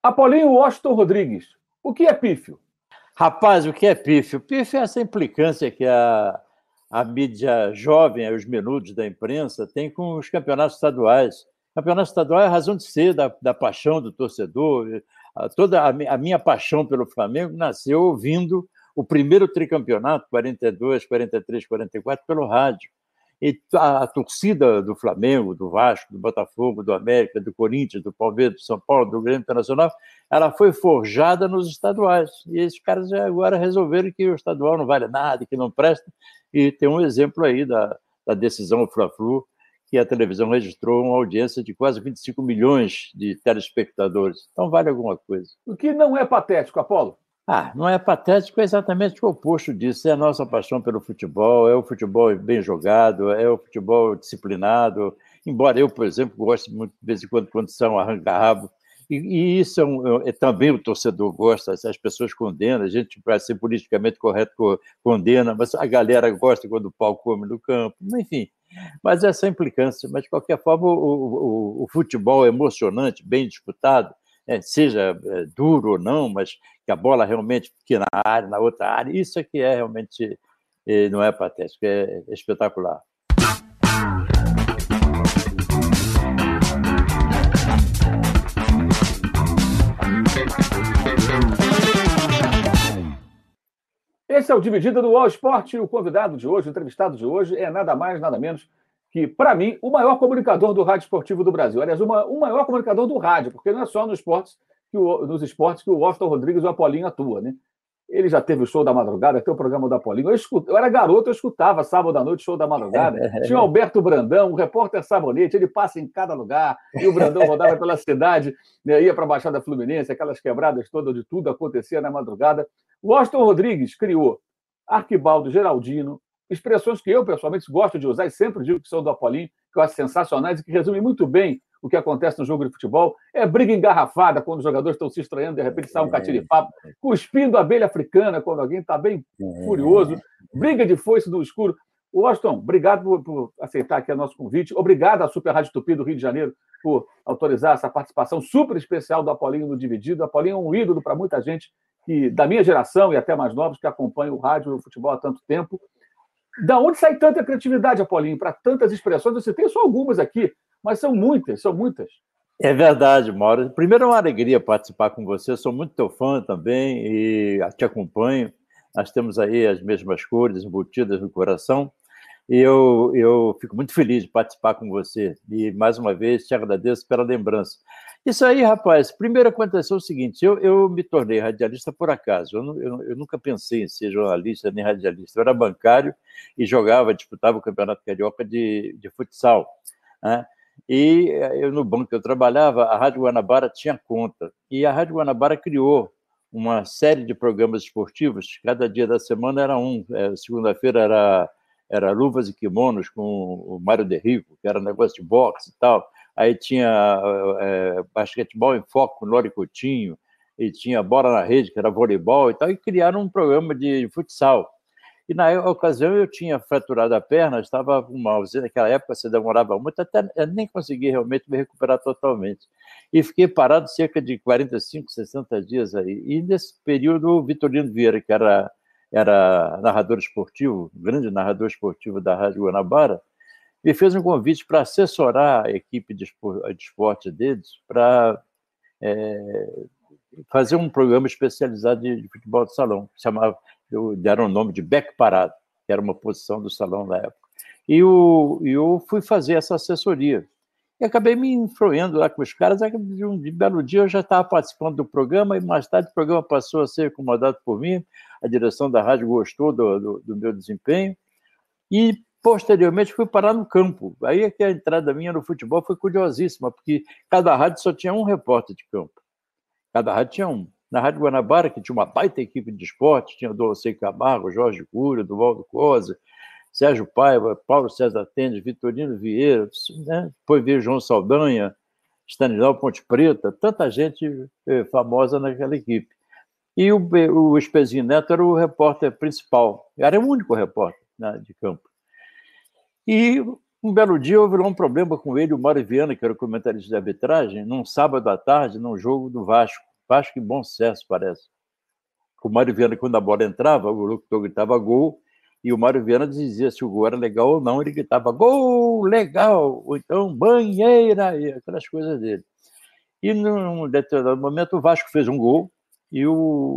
Apolinho Washington Rodrigues, o que é pífio? Rapaz, o que é pífio? Pífio é essa implicância que a mídia jovem, os menudos da imprensa, tem com os campeonatos estaduais. O campeonato estadual é a razão de ser da paixão do torcedor. Toda a minha paixão pelo Flamengo nasceu ouvindo o primeiro tricampeonato, 42, 43, 44, pelo rádio. E a torcida do Flamengo, do Vasco, do Botafogo, do América, do Corinthians, do Palmeiras, do São Paulo, do Grêmio Internacional, ela foi forjada nos estaduais. E esses caras agora resolveram que o estadual não vale nada, que não presta. E tem um exemplo aí da decisão Fla-Flu, que a televisão registrou uma audiência de quase 25 milhões de telespectadores. Então vale alguma coisa. O que não é patético, Apolo? Não é patético, é exatamente o oposto disso. É a nossa paixão pelo futebol, é o futebol bem jogado, é o futebol disciplinado. Embora eu, por exemplo, goste muito, de vez em quando são arranca-rabo. E isso também o torcedor gosta, as pessoas condenam, a gente, para ser politicamente correto, condena, mas a galera gosta quando o pau come no campo, enfim. Mas essa implicância, mas de qualquer forma, o futebol é emocionante, bem disputado, seja duro ou não, mas que a bola realmente fique na área, na outra área, isso é que é realmente, não é patético, é espetacular. Esse é o Dividida do All Sport e o convidado de hoje, o entrevistado de hoje, é nada mais, nada menos que, para mim, o maior comunicador do rádio esportivo do Brasil. Aliás, o maior comunicador do rádio, porque não é só nos esportes que o Washington Rodrigues e o Apolinho atua, né? Ele já teve o Show da Madrugada, tem o programa do Apolinho. Eu era garoto, eu escutava sábado à noite Show da Madrugada. Tinha o Alberto Brandão, o repórter Sabonete, ele passa em cada lugar, e o Brandão rodava pela cidade, né, ia para a Baixada Fluminense, aquelas quebradas todas onde tudo acontecia na madrugada. O Washington Rodrigues criou Arquibaldo, Geraldino, expressões que eu, pessoalmente, gosto de usar e sempre digo que são do Apolinho, que eu acho sensacionais e que resumem muito bem o que acontece no jogo de futebol. É briga engarrafada quando os jogadores estão se estranhando, de repente sai um catiripapo, cuspindo abelha africana quando alguém está bem furioso, briga de foice no escuro. Washington, obrigado por aceitar aqui o nosso convite. Obrigado à Super Rádio Tupi do Rio de Janeiro por autorizar essa participação super especial do Apolinho no Dividido. O Apolinho é um ídolo para muita gente da minha geração e até mais novos que acompanham o rádio e o futebol há tanto tempo. Da onde sai tanta criatividade, Apolinho, para tantas expressões? Você tem só algumas aqui, mas são muitas, são muitas. É verdade, Mauro. Primeiro, é uma alegria participar com você. Sou muito teu fã também e te acompanho. Nós temos aí as mesmas cores embutidas no coração. E eu fico muito feliz de participar com você. E, mais uma vez, te agradeço pela lembrança. Isso aí, rapaz, primeiro aconteceu o seguinte, eu me tornei radialista por acaso. Eu nunca pensei em ser jornalista nem radialista. Eu era bancário e disputava o Campeonato Carioca de futsal, né? E no banco que eu trabalhava, a Rádio Guanabara tinha conta. E a Rádio Guanabara criou uma série de programas esportivos. Cada dia da semana era um. Segunda-feira era Luvas e Kimonos com o Mário De Rico, que era negócio de boxe e tal. Aí tinha basquetebol em foco com Lori Coutinho, e tinha bola na rede, que era voleibol e tal, e criaram um programa de futsal. E na ocasião eu tinha fraturado a perna, estava com uma ausência, naquela época você demorava muito, até eu nem consegui realmente me recuperar totalmente. E fiquei parado cerca de 45, 60 dias aí. E nesse período o Vitorino Vieira, que era narrador esportivo, grande narrador esportivo da Rádio Guanabara, me fez um convite para assessorar a equipe de esporte deles para fazer um programa especializado de futebol de salão, deram o nome de Beco Parado, que era uma posição do salão na época. E eu fui fazer essa assessoria. E acabei me influindo lá com os caras. De um belo dia eu já estava participando do programa, e mais tarde o programa passou a ser comandado por mim. A direção da rádio gostou do meu desempenho. E, posteriormente, fui parar no campo. Aí é que a entrada minha no futebol foi curiosíssima, porque cada rádio só tinha um repórter de campo. Cada rádio tinha um. Na Rádio Guanabara, que tinha uma baita equipe de esporte, tinha o Dolcei Camargo, Jorge Cury, Duvaldo Cosa, Sérgio Paiva, Paulo César Tendes, Vitorino Vieira, né? Depois veio João Saldanha, Stanislau Ponte Preta, tanta gente famosa naquela equipe. E o Espezinho Neto era o repórter principal, era o único repórter, né, de campo. E um belo dia houve um problema com ele, o Mário Viana, que era o comentarista de arbitragem, num sábado à tarde, num jogo do Vasco. Vasco e Bom Sucesso, parece. O Mário Viana, quando a bola entrava, o locutor gritava gol, e o Mário Viana dizia se o gol era legal ou não, ele gritava gol, legal, ou então banheira, e aquelas coisas dele. E num determinado momento o Vasco fez um gol, e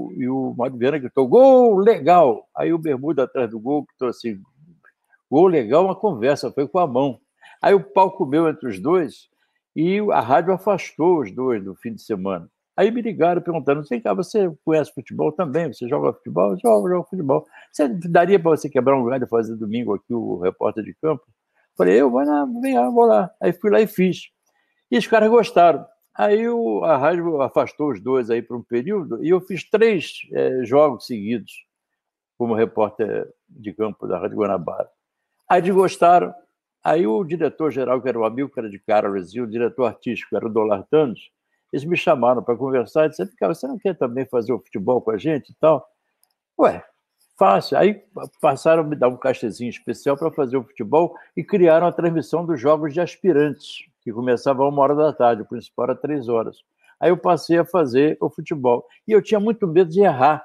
o Mário Viana gritou gol, legal. Aí o Bermuda atrás do gol gritou assim, gol legal, uma conversa, foi com a mão. Aí o pau comeu entre os dois, e a rádio afastou os dois no fim de semana. Aí me ligaram perguntando, você conhece futebol também? Você joga futebol? Eu jogo futebol. Você daria para você quebrar um galho e fazer domingo aqui o repórter de campo? Falei, eu vou lá, vou lá. Aí fui lá e fiz. E os caras gostaram. Aí a rádio afastou os dois aí por um período e eu fiz 3 jogos seguidos como repórter de campo da Rádio Guanabara. Aí eles gostaram. Aí o diretor-geral, que era o amigo, que era de Carlos, e o diretor artístico, que era o Dolar Thanos, eles me chamaram para conversar e disseram, cara, você não quer também fazer o futebol com a gente e tal? Ué, fácil. Aí passaram a me dar um cachezinho especial para fazer o futebol e criaram a transmissão dos jogos de aspirantes, que começava a 1h da tarde, o principal era 3 horas. Aí eu passei a fazer o futebol. E eu tinha muito medo de errar,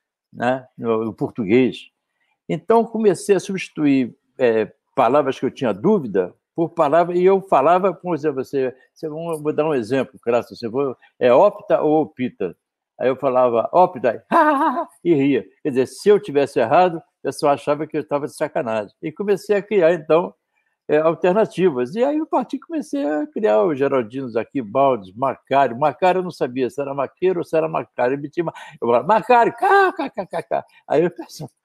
né, no português. Então comecei a substituir palavras que eu tinha dúvida por palavras, e eu falava, por exemplo, vou dar um exemplo, Crasso, opta ou opita? Aí eu falava, opta, e ria. Quer dizer, se eu tivesse errado, eu só achava que eu estava de sacanagem. E comecei a criar, então, alternativas. E aí eu comecei a criar os Geraldinos aqui, Baldes, Macário. Macário eu não sabia se era Maqueiro ou se era Macário. Eu falava, Macário, kkkk. Aí eu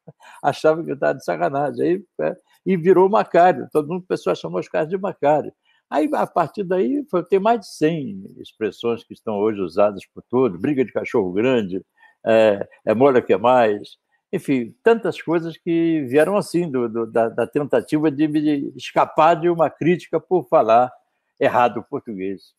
achava que eu estava de sacanagem. Aí, e virou Macário. Todo mundo, pessoal chamou os caras de Macário. Aí, a partir daí, tem mais de 100 expressões que estão hoje usadas por todos. Briga de cachorro grande, molha que é mais. Enfim, tantas coisas que vieram assim, da tentativa de escapar de uma crítica por falar errado o português.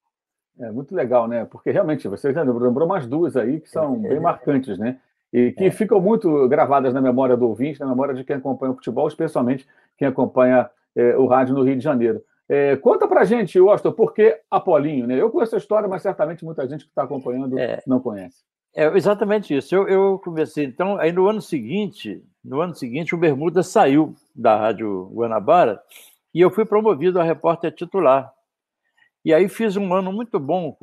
É muito legal, né? Porque realmente você lembrou umas 2 aí que são bem marcantes, né? E que ficam muito gravadas na memória do ouvinte, na memória de quem acompanha o futebol, especialmente quem acompanha o rádio no Rio de Janeiro. Conta pra gente, Washington, por que Apolinho, né? Eu conheço a história, mas certamente muita gente que está acompanhando não conhece. Exatamente isso. Eu comecei, então, aí no ano seguinte, o Bermuda saiu da Rádio Guanabara e eu fui promovido a repórter titular. E aí fiz um ano muito bom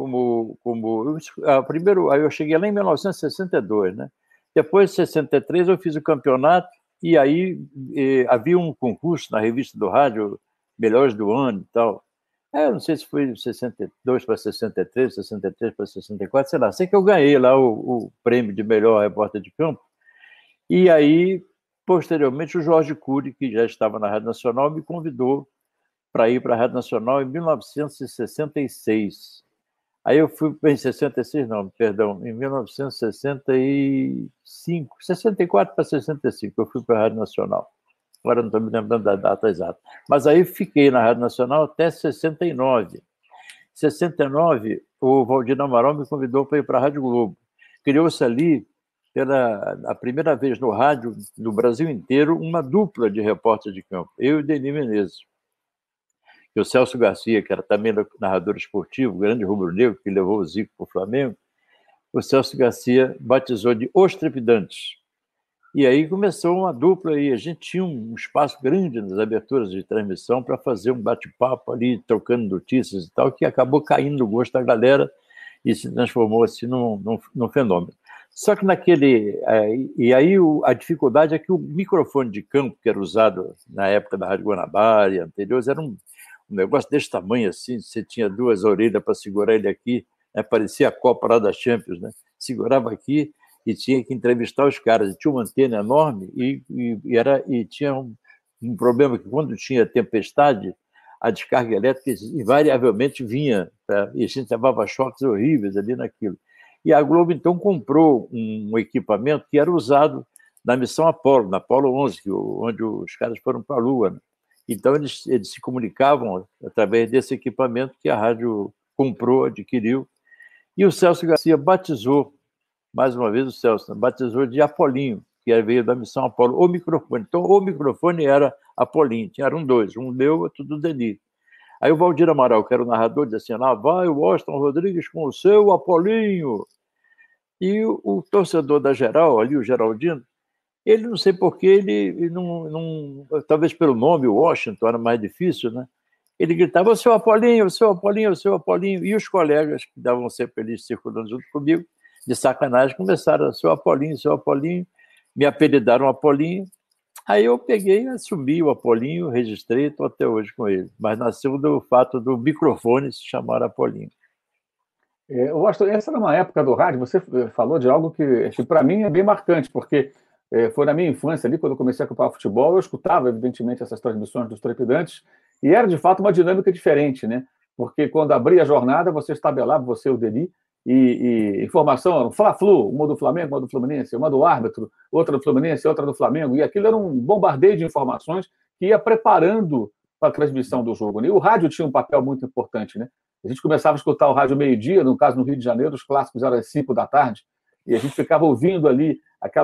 primeiro, aí eu cheguei lá em 1962, né? Depois, em 63, eu fiz o campeonato e aí havia um concurso na revista do rádio, Melhores do Ano e tal. Eu não sei se foi 62 para 63, 63 para 64, sei lá. Sei que eu ganhei lá o prêmio de melhor repórter de campo. E aí, posteriormente, o Jorge Cury, que já estava na Rádio Nacional, me convidou para ir para a Rádio Nacional em 1966. Aí eu fui em 66, não, perdão, em 1965, 64 para 65, eu fui para a Rádio Nacional. Agora não estou me lembrando da data exata. Mas aí fiquei na Rádio Nacional até 69. Em 69, o Valdir Amaral me convidou para ir para a Rádio Globo. Criou-se ali, pela primeira vez no rádio, no Brasil inteiro, uma dupla de repórter de campo, eu e Denis Menezes. E o Celso Garcia, que era também narrador esportivo, grande rubro-negro, que levou o Zico para o Flamengo, o Celso Garcia batizou de Os Trepidantes. E aí começou uma dupla e a gente tinha um espaço grande nas aberturas de transmissão para fazer um bate-papo ali, trocando notícias e tal, que acabou caindo no gosto da galera e se transformou assim num fenômeno. Só que e aí a dificuldade é que o microfone de campo que era usado na época da Rádio Guanabara e anteriores era um negócio desse tamanho assim, você tinha 2 orelhas para segurar ele aqui, né? Parecia a Copa lá da Champions, né? Segurava aqui e tinha que entrevistar os caras. Tinha uma antena enorme e tinha um problema que quando tinha tempestade, a descarga elétrica invariavelmente vinha, tá? E a gente levava choques horríveis ali naquilo. E a Globo, então, comprou um equipamento que era usado na missão Apolo, na Apolo 11, onde os caras foram para a Lua, né? Então, eles se comunicavam através desse equipamento que a rádio comprou, adquiriu. E o Celso Garcia batizou, mais uma vez o Celso, batizou de Apolinho, que veio da missão Apolo, o microfone. Então, o microfone era Apolinho, eram 2, um meu e outro do Denis. Aí o Valdir Amaral, que era o narrador, dizia assim, lá vai o Washington Rodrigues com o seu Apolinho. E o torcedor da Geral, ali, o Geraldino, ele não sei por que, ele não, talvez pelo nome, o Washington era mais difícil, né? Ele gritava, o seu Apolinho, o seu Apolinho, o seu Apolinho. E os colegas que davam sempre ali circulando junto comigo, de sacanagem, começaram, seu Apolinho, seu Apolinho. Me apelidaram Apolinho. Aí eu peguei, assumi o Apolinho, registrei, estou até hoje com ele. Mas nasceu do fato do microfone se chamar Apolinho. Washington, essa era uma época do rádio, você falou de algo que para mim é bem marcante, porque foi na minha infância ali, quando eu comecei a acompanhar futebol, eu escutava, evidentemente, essas transmissões dos trepidantes, e era, de fato, uma dinâmica diferente, né? Porque quando abria a jornada, você estabelava, você e o Deli, e informação, um Fla-Flu, uma do Flamengo, uma do Fluminense, uma do árbitro, outra do Fluminense, outra do Flamengo, e aquilo era um bombardeio de informações que ia preparando para a transmissão do jogo, né? E o rádio tinha um papel muito importante, né? A gente começava a escutar o rádio meio-dia, no caso no Rio de Janeiro, os clássicos eram às 5 da tarde, e a gente ficava ouvindo ali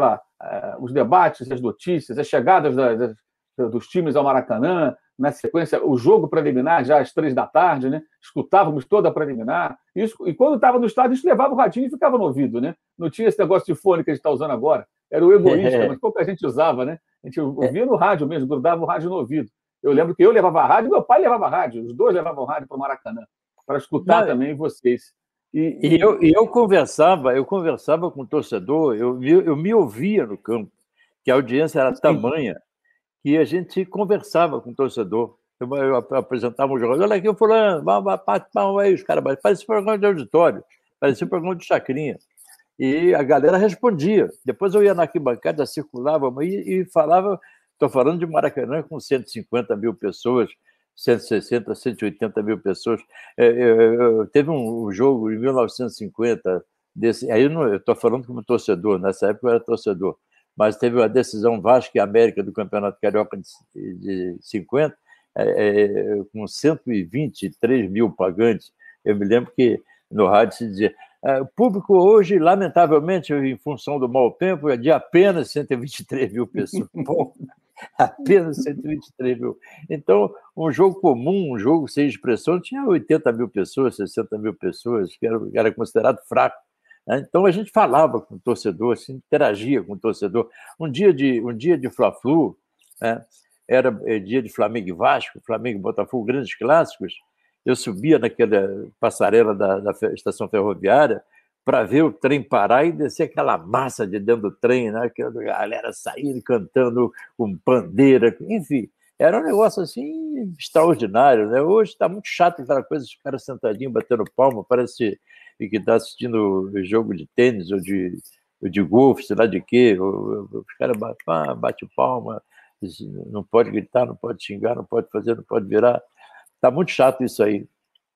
os debates, as notícias, as chegadas dos times ao Maracanã, na sequência, o jogo preliminar já às 3 da tarde, né? Escutávamos toda a preliminar. E quando estava no estádio, a gente levava o radinho e ficava no ouvido, né? Não tinha esse negócio de fone que a gente está usando agora. Era o egoísta, mas pouca gente usava, né? A gente ouvia no rádio mesmo, grudava o rádio no ouvido. Eu lembro que eu levava a rádio e meu pai levava a rádio. Os dois levavam a rádio para o Maracanã, para escutar também vocês. Eu conversava com o torcedor, eu me ouvia no campo, que a audiência era tamanha, que a gente conversava com o torcedor. Eu apresentava um jogador, olha aqui o fulano, bate palma aí, os caras, parecia um programa de auditório, parecia um programa de chacrinha. E a galera respondia. Depois eu ia na arquibancada, circulava e falava, estou falando de Maracanã com 150 mil pessoas, 160, 180 mil pessoas. Teve um jogo em 1950, aí eu estou falando como torcedor, nessa época eu era torcedor, mas teve uma decisão Vasco e América do Campeonato Carioca de 50, com 123 mil pagantes. Eu me lembro que no rádio se dizia, o público hoje, lamentavelmente, em função do mau tempo, é de apenas 123 mil pessoas. Bom, apenas 123 mil. Então, um jogo comum, um jogo sem expressão, tinha 80 mil pessoas, 60 mil pessoas, que era considerado fraco. Então, a gente falava com o torcedor, assim, interagia com o torcedor. Um dia de Fla-Flu, né, era dia de Flamengo e Vasco, Flamengo e Botafogo, grandes clássicos. Eu subia naquela passarela da estação ferroviária para ver o trem parar e descer aquela massa de dentro do trem, né? Aquela galera saindo, cantando com bandeira, enfim. Era um negócio assim extraordinário, né? Hoje está muito chato aquela coisa, os caras sentadinhos, batendo palma, parece que está assistindo jogo de tênis ou de golfe, sei lá de quê. Os caras batem palma, não pode gritar, não pode xingar, não pode fazer, não pode virar. Está muito chato isso aí.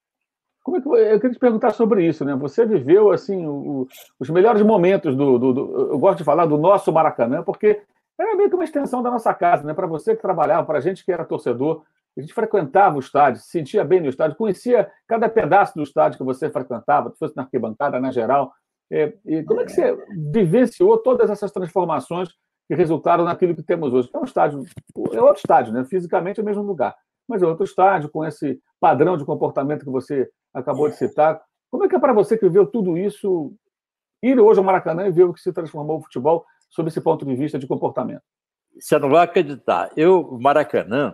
Eu queria te perguntar sobre isso, né? Você viveu assim os melhores momentos eu gosto de falar do nosso Maracanã, porque era meio que uma extensão da nossa casa, né? Para você que trabalhava, para a gente que era torcedor, a gente frequentava o estádio, se sentia bem no estádio, conhecia cada pedaço do estádio que você frequentava, se fosse na arquibancada, na geral. E como é que você vivenciou todas essas transformações que resultaram naquilo que temos hoje? É outro estádio, né? Fisicamente é o mesmo lugar, mas é outro estádio, com esse padrão de comportamento que você acabou de citar. Como é que é para você que viveu tudo isso, ir hoje ao Maracanã e ver o que se transformou o futebol sob esse ponto de vista de comportamento? Você não vai acreditar. Maracanã,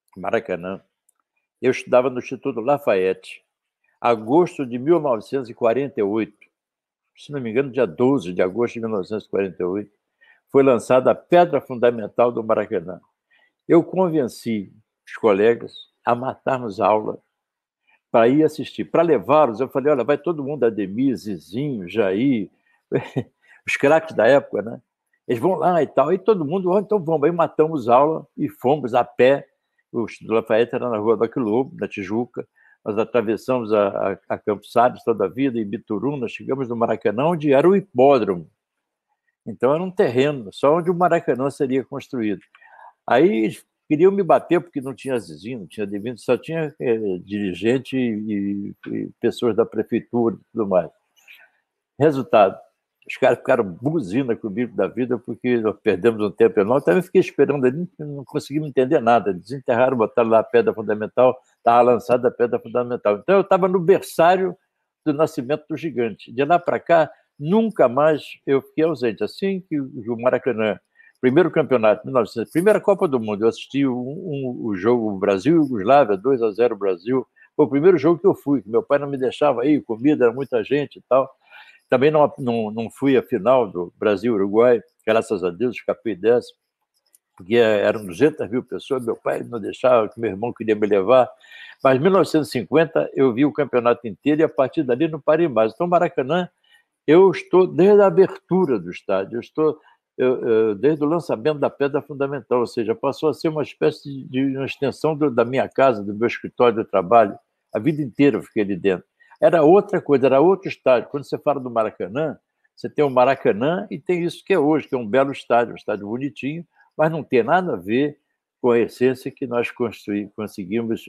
eu estudava no Instituto Lafayette, agosto de 1948, se não me engano, dia 12 de agosto de 1948, foi lançada a pedra fundamental do Maracanã. Eu convenci os colegas a matarmos aula para ir assistir. Para levá-los, eu falei, olha, vai todo mundo, Ademir, Zizinho, Jair, os craques da época, né? Eles vão lá e tal, e todo mundo, então vamos. Aí matamos aula e fomos a pé. O Instituto Lafayette era na Rua do Aquilobo, na Tijuca. Nós atravessamos a Campos Salles toda a vida, em Bituruna, chegamos no Maracanã, onde era o hipódromo. Então era um terreno, só onde o Maracanã seria construído. Aí queriam me bater porque não tinha Zizinho, não tinha Ademir, só tinha dirigente e pessoas da prefeitura e tudo mais. Resultado, os caras ficaram buzina comigo da vida porque nós perdemos um tempo enorme. Também fiquei esperando ali, não consegui entender nada. Desenterraram, botaram lá a pedra fundamental, estava lançada a pedra fundamental. Então eu estava no berçário do nascimento do gigante. De lá para cá, nunca mais eu fiquei ausente. Assim que o Maracanã, primeiro campeonato, 1900, primeira Copa do Mundo, eu assisti o jogo Brasil-Iugoslávia, 2-0 Brasil. Foi o primeiro jogo que eu fui, que meu pai não me deixava ir, comida, era muita gente e tal. Também não fui à final do Brasil-Uruguai, graças a Deus, escapei dessa, porque eram 200 mil pessoas, meu pai não deixava, meu irmão queria me levar. Mas em 1950 eu vi o campeonato inteiro e a partir dali não parei mais. Então, Maracanã, eu estou desde a abertura do estádio, desde o lançamento da pedra fundamental, ou seja, passou a ser uma espécie de uma extensão da minha casa, do meu escritório de trabalho. A vida inteira eu fiquei ali dentro. Era outra coisa, era outro estádio. Quando você fala do Maracanã, você tem o Maracanã e tem isso que é hoje, que é um belo estádio, um estádio bonitinho, mas não tem nada a ver com a essência que nós conseguimos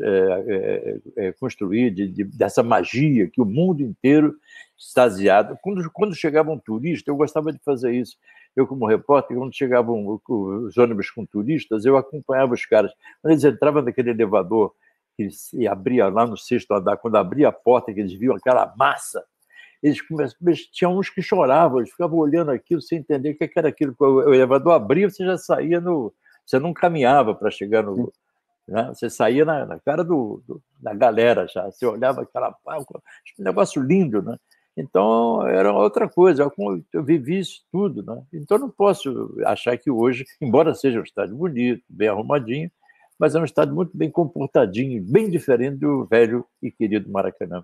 construir, dessa magia que o mundo inteiro extasiado. Quando chegava um turista, eu gostava de fazer isso. Eu, como repórter, quando chegavam os ônibus com turistas, eu acompanhava os caras. Quando eles entravam naquele elevador que se abria lá no sexto andar, quando abria a porta, que eles viam aquela massa, eles tinham uns que choravam, eles ficavam olhando aquilo sem entender o que era aquilo. O elevador abria, você já saía você não caminhava para chegar no... Né? Você saía na cara da galera já, você olhava aquela... Um negócio lindo, né? Então, era outra coisa, eu vivi isso tudo, né? Então, não posso achar que hoje, embora seja um estádio bonito, bem arrumadinho, mas é um estádio muito bem comportadinho, bem diferente do velho e querido Maracanã.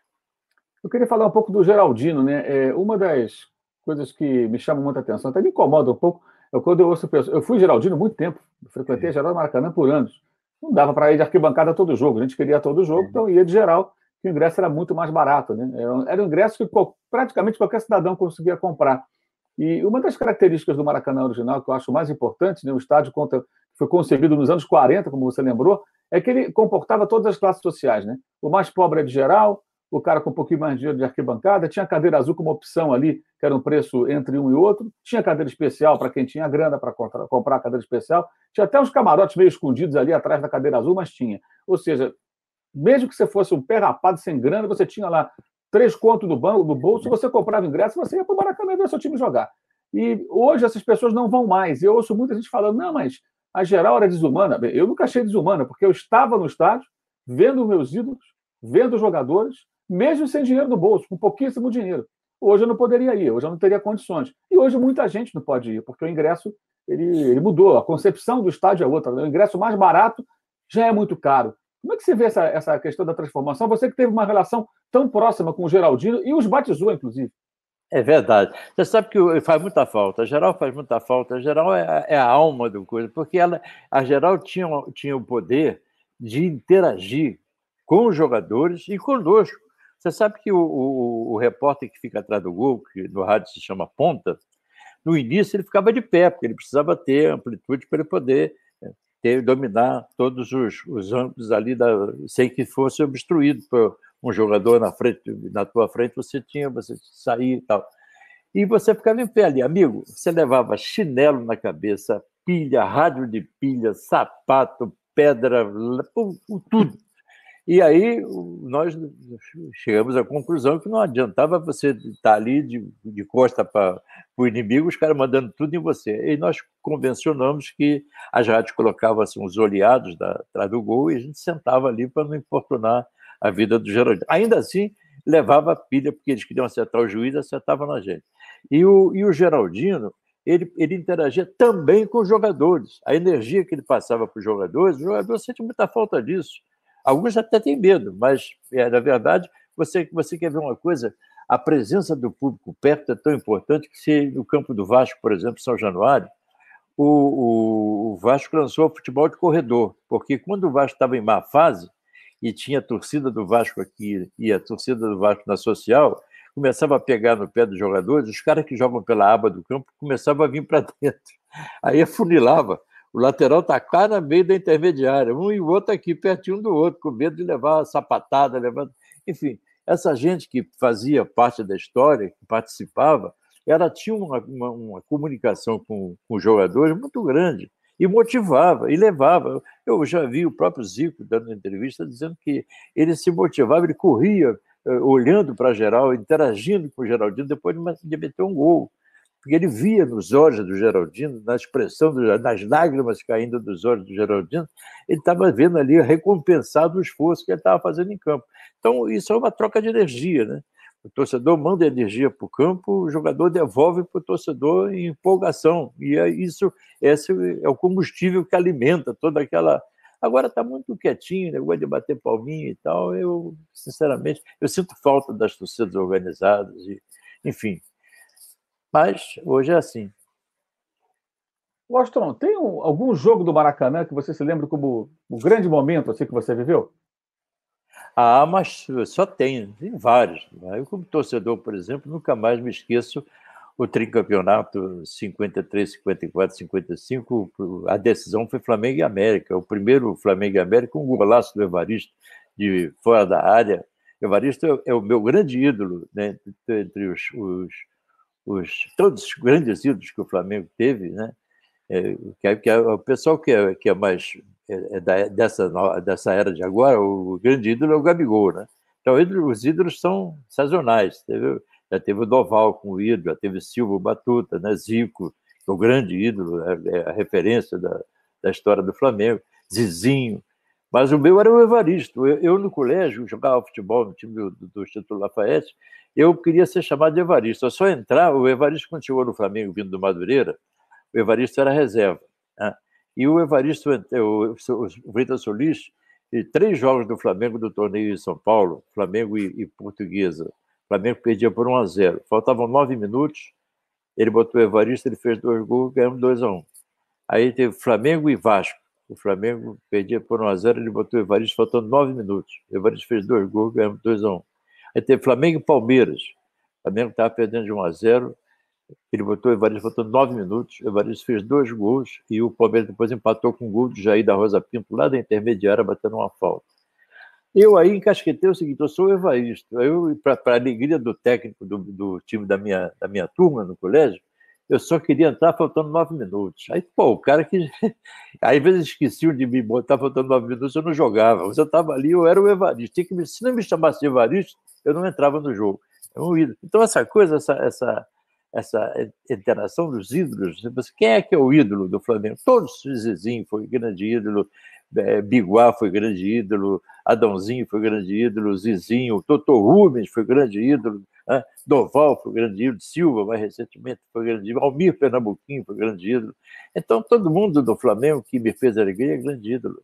Eu queria falar um pouco do Geraldino, né? Uma das coisas que me chama muita atenção, até me incomoda um pouco, é quando eu ouço pessoas. Eu fui Geraldino há muito tempo, frequentei a Geral Maracanã por anos. Não dava para ir de arquibancada todo jogo, a gente queria todo jogo, então ia de geral, que o ingresso era muito mais barato, né? Era um ingresso que praticamente qualquer cidadão conseguia comprar. E uma das características do Maracanã original, que eu acho mais importante, né, o estádio foi concebido nos anos 40, como você lembrou, é que ele comportava todas as classes sociais, né? O mais pobre é de geral, o cara com um pouquinho mais de dinheiro de arquibancada, tinha cadeira azul como opção ali, que era um preço entre um e outro, tinha cadeira especial para quem tinha grana para comprar a cadeira especial, tinha até uns camarotes meio escondidos ali atrás da cadeira azul, mas tinha. Ou seja, mesmo que você fosse um pé rapado sem grana, você tinha lá 3 contos do bolso, você comprava ingresso, você ia para o Maracanã ver seu time jogar. E hoje essas pessoas não vão mais. Eu ouço muita gente falando, não, mas a geral era desumana. Eu nunca achei desumana, porque eu estava no estádio, vendo meus ídolos, vendo os jogadores, mesmo sem dinheiro no bolso, com pouquíssimo dinheiro. Hoje eu não poderia ir, hoje eu não teria condições. E hoje muita gente não pode ir, porque o ingresso ele mudou, a concepção do estádio é outra. O ingresso mais barato já é muito caro. Como é que você vê essa questão da transformação? Você que teve uma relação tão próxima com o Geraldino e os batizou, inclusive. É verdade. Você sabe que faz muita falta. A Geral faz muita falta. A Geral é a alma do coisa, porque a Geral tinha o poder de interagir com os jogadores e conosco. Você sabe que o repórter que fica atrás do gol, que no rádio se chama ponta, no início ele ficava de pé, porque ele precisava ter amplitude para ele poder dominar todos os ângulos ali, sem que fosse obstruído por um jogador na tua frente, você saía e tal. E você ficava em pé ali, amigo, você levava chinelo na cabeça, pilha, rádio de pilha, sapato, pedra, tudo. E aí nós chegamos à conclusão que não adiantava você estar ali de costa para o inimigo, os caras mandando tudo em você. E nós convencionamos que as rádios colocavam assim, os oleados atrás do gol e a gente sentava ali para não importunar a vida do Geraldino. Ainda assim, levava pilha, porque eles queriam acertar o juiz, acertava na gente. E o Geraldino, ele interagia também com os jogadores. A energia que ele passava para os jogadores, o jogador sente muita falta disso. Alguns até têm medo, mas, na verdade, você quer ver uma coisa, a presença do público perto é tão importante que no campo do Vasco, por exemplo, São Januário, o Vasco lançou o futebol de corredor, porque quando o Vasco estava em má fase, e tinha a torcida do Vasco aqui e a torcida do Vasco na social, começava a pegar no pé dos jogadores, os caras que jogam pela aba do campo começavam a vir para dentro. Aí afunilava. O lateral está cá no meio da intermediária, um e o outro aqui, pertinho do outro, com medo de levar a sapatada, Enfim, essa gente que fazia parte da história, que participava, ela tinha uma comunicação com os jogadores muito grande e motivava, e levava. Eu já vi o próprio Zico dando entrevista dizendo que ele se motivava, ele corria. olhando para Geraldo, interagindo com o Geraldino, depois de meter um gol. Porque ele via nos olhos do Geraldino, na expressão, nas lágrimas caindo dos olhos do Geraldino, ele estava vendo ali recompensado o esforço que ele estava fazendo em campo. Então, isso é uma troca de energia, né? O torcedor manda energia para o campo, o jogador devolve para o torcedor em empolgação. E esse é o combustível que alimenta toda aquela... Agora está muito quietinho, negócio de bater palminha e tal. Eu, sinceramente, eu sinto falta das torcidas organizadas, enfim. Mas hoje é assim. Washington, tem algum jogo do Maracanã que você se lembra como um grande momento assim, que você viveu? Ah, mas só tem vários. Eu, como torcedor, por exemplo, nunca mais me esqueço o tricampeonato 53, 54, 55. A decisão foi Flamengo e América. O primeiro Flamengo e América, um golaço do Evaristo de fora da área. Evaristo é o meu grande ídolo, né, entre todos os grandes ídolos que o Flamengo teve, né? O pessoal que é mais dessa era de agora, o grande ídolo é o Gabigol, né? Então, os ídolos são sazonais. Já teve o Doval com o ídolo, já teve Silvio Batuta, né? Zico, que é o grande ídolo, é a referência da história do Flamengo, Zizinho. Mas o meu era o Evaristo. Eu no colégio, jogava futebol no time do Instituto Lafayette, eu queria ser chamado de Evaristo. Eu só entrar, o Evaristo, quando chegou no Flamengo, vindo do Madureira, o Evaristo era reserva, né? E o Evaristo, o Vitor Solis, e 3 jogos do Flamengo do torneio em São Paulo, Flamengo e Portuguesa. O Flamengo perdia por 1-0. Faltavam 9 minutos, ele botou o Evaristo, ele fez 2 gols, ganhamos 2-1. Aí teve Flamengo e Vasco. O Flamengo perdia por 1-0, ele botou o Evaristo, faltando 9 minutos. O Evaristo fez 2 gols, ganhamos 2-1. Aí teve Flamengo e Palmeiras. O Flamengo estava perdendo de 1-0, ele botou o Evaristo, faltando 9 minutos. O Evaristo fez 2 gols e o Palmeiras depois empatou com um gol de Jair da Rosa Pinto, lá da intermediária, batendo uma falta. Eu aí encasquetei o seguinte: eu sou o Evaristo. Para a alegria do técnico do time da minha turma no colégio, eu só queria entrar faltando 9 minutos. Aí, pô, o cara que. Aí, às vezes esqueciam de me botar faltando 9 minutos, eu não jogava. Você estava ali, eu era o Evaristo. Se não me chamasse de Evaristo, eu não entrava no jogo. Então, essa coisa, essa interação dos ídolos, quem é que é o ídolo do Flamengo? Todos. Zizinho foi grande ídolo, Biguá foi grande ídolo, Adãozinho foi grande ídolo, Zizinho, Totô Rubens foi grande ídolo, né? Doval foi grande ídolo, Silva, mais recentemente, foi grande ídolo, Almir Pernambuquinho foi grande ídolo. Então, todo mundo do Flamengo que me fez alegria é grande ídolo.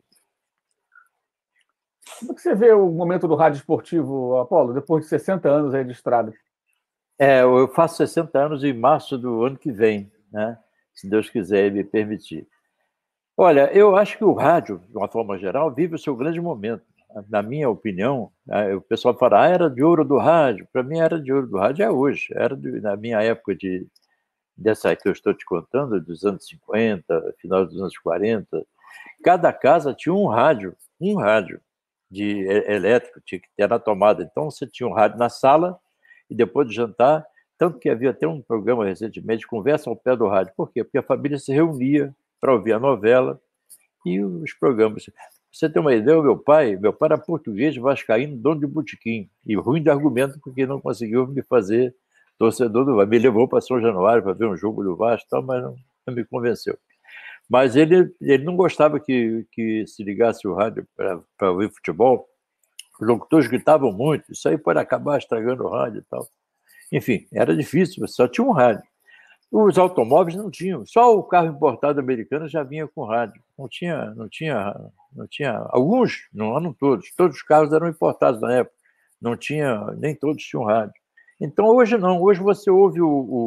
Como é que você vê o momento do rádio esportivo, Apolo, depois de 60 anos aí de estrada? Eu faço 60 anos em março do ano que vem, né? Se Deus quiser me permitir. Olha, eu acho que o rádio, de uma forma geral, vive o seu grande momento. Na minha opinião, o pessoal fala, era de ouro do rádio. Para mim, era de ouro do rádio é hoje. Na minha época dessa que eu estou te contando, dos anos 50, final dos anos 40, cada casa tinha um rádio elétrico, tinha que ter na tomada. Então, você tinha um rádio na sala e depois do jantar, tanto que havia até um programa recentemente, Conversa ao Pé do Rádio. Por quê? Porque a família se reunia para ouvir a novela e os programas. Pra você ter uma ideia, meu pai era português, vascaíno, dono de botequim, e ruim de argumento porque não conseguiu me fazer torcedor do Vasco. Me levou para São Januário para ver um jogo do Vasco, mas não me convenceu. Mas ele não gostava que se ligasse o rádio para ouvir futebol. Os locutores gritavam muito, isso aí pode acabar estragando o rádio e tal. Enfim, era difícil, só tinha um rádio. Os automóveis não tinham, só o carro importado americano já vinha com rádio. Não tinha alguns, não eram todos os carros eram importados na época, não tinha, nem todos tinham rádio. Então hoje não, hoje você ouve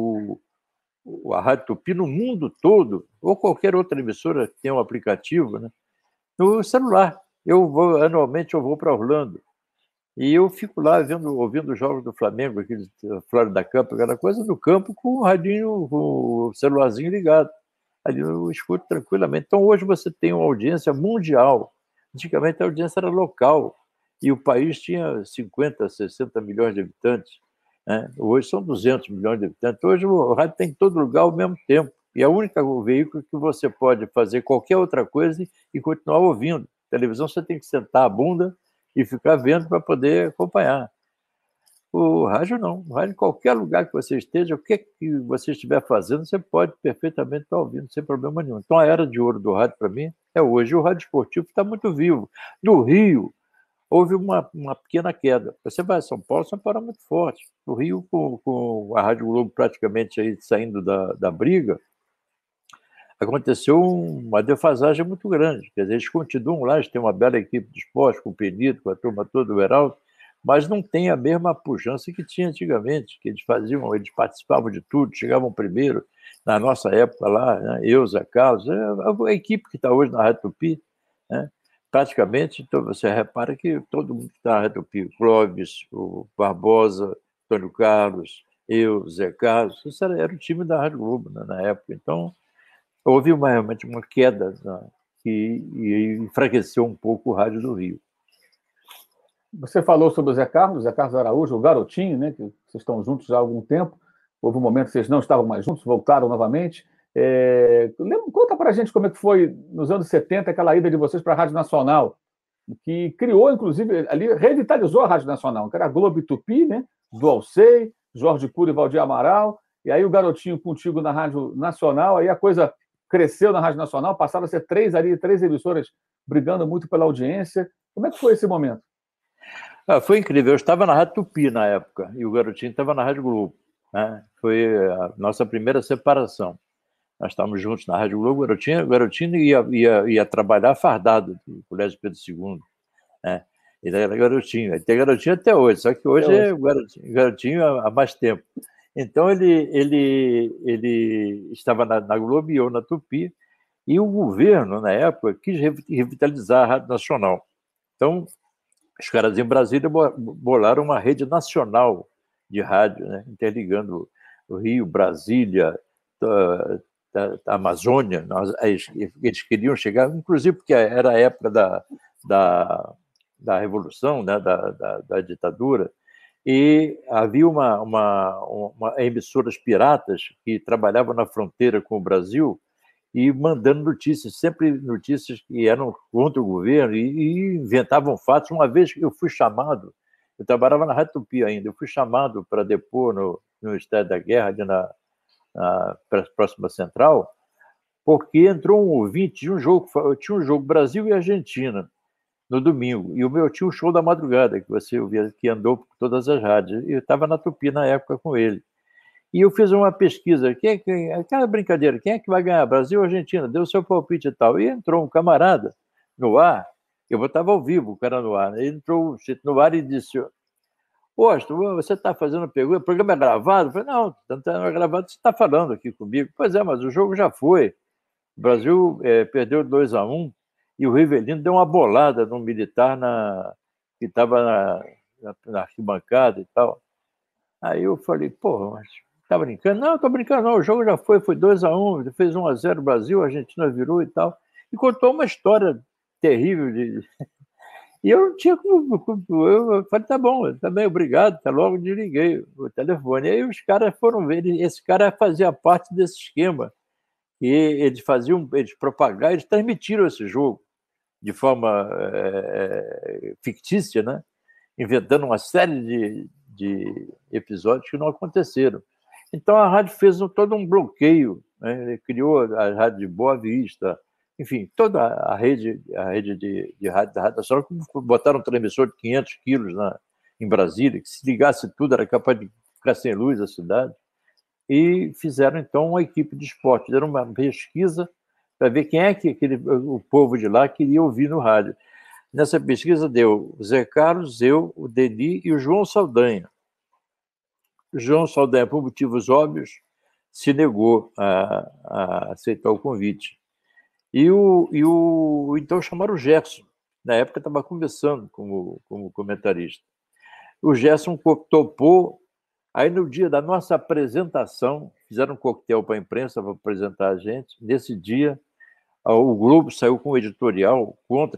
a Rádio Tupi no mundo todo, ou qualquer outra emissora que tenha um aplicativo, né, no celular. Anualmente eu vou para Orlando, e eu fico lá ouvindo os jogos do Flamengo, aquele Florida Cup, aquela coisa no campo, com o radinho, com o celularzinho ligado. Ali eu escuto tranquilamente. Então, hoje você tem uma audiência mundial. Antigamente a audiência era local, e o país tinha 50, 60 milhões de habitantes, né? Hoje são 200 milhões de habitantes. Hoje o rádio tem em todo lugar ao mesmo tempo. E é o único veículo que você pode fazer qualquer outra coisa e continuar ouvindo. Televisão você tem que sentar a bunda e ficar vendo para poder acompanhar. O rádio não. O rádio, em qualquer lugar que você esteja, o que você estiver fazendo, você pode perfeitamente estar ouvindo, sem problema nenhum. Então, a era de ouro do rádio, para mim, é hoje. O rádio esportivo está muito vivo. No Rio, houve uma pequena queda. Você vai a São Paulo é muito forte. No Rio, com a Rádio Globo praticamente aí saindo da briga, aconteceu uma defasagem muito grande. Quer dizer, eles continuam lá, eles têm uma bela equipe de esporte, com o Penito, com a turma toda, o Heraldo, mas não tem a mesma pujança que tinha antigamente, que eles participavam de tudo, chegavam primeiro, na nossa época lá, né? Eu, Zé Carlos, a equipe que está hoje na Rádio Tupi, né? Praticamente, então você repara que todo mundo que está na Rádio Tupi, o Clóvis, o Barbosa, Antônio Carlos, eu, Zé Carlos, isso era o time da Rádio Globo, né, na época. Então, houve realmente uma queda, né, que enfraqueceu um pouco o rádio do Rio. Você falou sobre o Zé Carlos Araújo, o garotinho, né, que vocês estão juntos já há algum tempo. Houve um momento que vocês não estavam mais juntos, voltaram novamente. Conta para a gente como é que foi, nos anos 70, aquela ida de vocês para a Rádio Nacional, que criou, inclusive, ali, revitalizou a Rádio Nacional, que era a Globo e Tupi, né, do Alcei, Jorge Cury e Valdir Amaral, e aí o garotinho contigo na Rádio Nacional, aí a coisa cresceu na Rádio Nacional, passaram a ser três emissoras brigando muito pela audiência. Como é que foi esse momento? Foi incrível. Eu estava na Rádio Tupi na época e o garotinho estava na Rádio Globo, né? Foi a nossa primeira separação. Nós estávamos juntos na Rádio Globo, o garotinho ia trabalhar fardado do Colégio Pedro II, né? Ele era garotinho. Ele tem garotinho até hoje, só que hoje é o garotinho há mais tempo. Então ele estava na Globo e eu na Tupi, e o governo, na época, quis revitalizar a Rádio Nacional. Então, os caras em Brasília bolaram uma rede nacional de rádio, né, interligando o Rio, Brasília, a Amazônia. Eles queriam chegar, inclusive porque era a época da Revolução, né, da ditadura, e havia uma emissoras piratas que trabalhavam na fronteira com o Brasil e mandando notícias, sempre notícias que eram contra o governo e inventavam fatos. Uma vez que eu fui chamado, eu trabalhava na Rádio Tupi ainda, eu fui chamado para depor no Ministério da Guerra, ali na próxima central, porque entrou um ouvinte de um jogo, tinha um jogo Brasil e Argentina no domingo, e o meu tinha um show da madrugada, que você ouvia, que andou por todas as rádios, e eu estava na Tupi na época com ele. E eu fiz uma pesquisa, aquela brincadeira, quem é que vai ganhar, Brasil ou Argentina? Deu seu palpite e tal. E entrou um camarada no ar, eu estava ao vivo, o cara no ar, ele entrou no ar e disse: Posto, você está fazendo pergunta, o programa é gravado? Eu falei: não, não é gravado, você está falando aqui comigo. Pois é, mas o jogo já foi. O Brasil perdeu 2-1 e o Rivelino deu uma bolada no militar que estava na arquibancada e tal. Aí eu falei: pô, mas tá brincando? Não, tô brincando, não. O jogo já foi 2-1, fez 1-0 o Brasil, a Argentina virou e tal. E contou uma história terrível. E eu não tinha como. Eu falei: tá bom, também, obrigado, até logo, desliguei o telefone. E aí os caras foram ver, esse cara fazia parte desse esquema. E eles propagaram, eles transmitiram esse jogo de forma fictícia, né? Inventando uma série de episódios que não aconteceram. Então a rádio fez todo um bloqueio, né? Ele criou a rádio de Boa Vista, enfim, toda a rede de rádio da Rádio Nacional, botaram um transmissor de 500 quilos em Brasília, que se ligasse tudo era capaz de ficar sem luz a cidade, e fizeram então uma equipe de esporte, fizeram uma pesquisa para ver quem é que o povo de lá queria ouvir no rádio. Nessa pesquisa deu o Zé Carlos, eu, o Deni e o João Saldanha. O João Saldanha, por motivos óbvios, se negou a aceitar o convite. Então chamaram o Gerson. Na época estava começando como comentarista. O Gerson topou. Aí no dia da nossa apresentação, fizeram um coquetel para a imprensa para apresentar a gente. Nesse dia, o Globo saiu com um editorial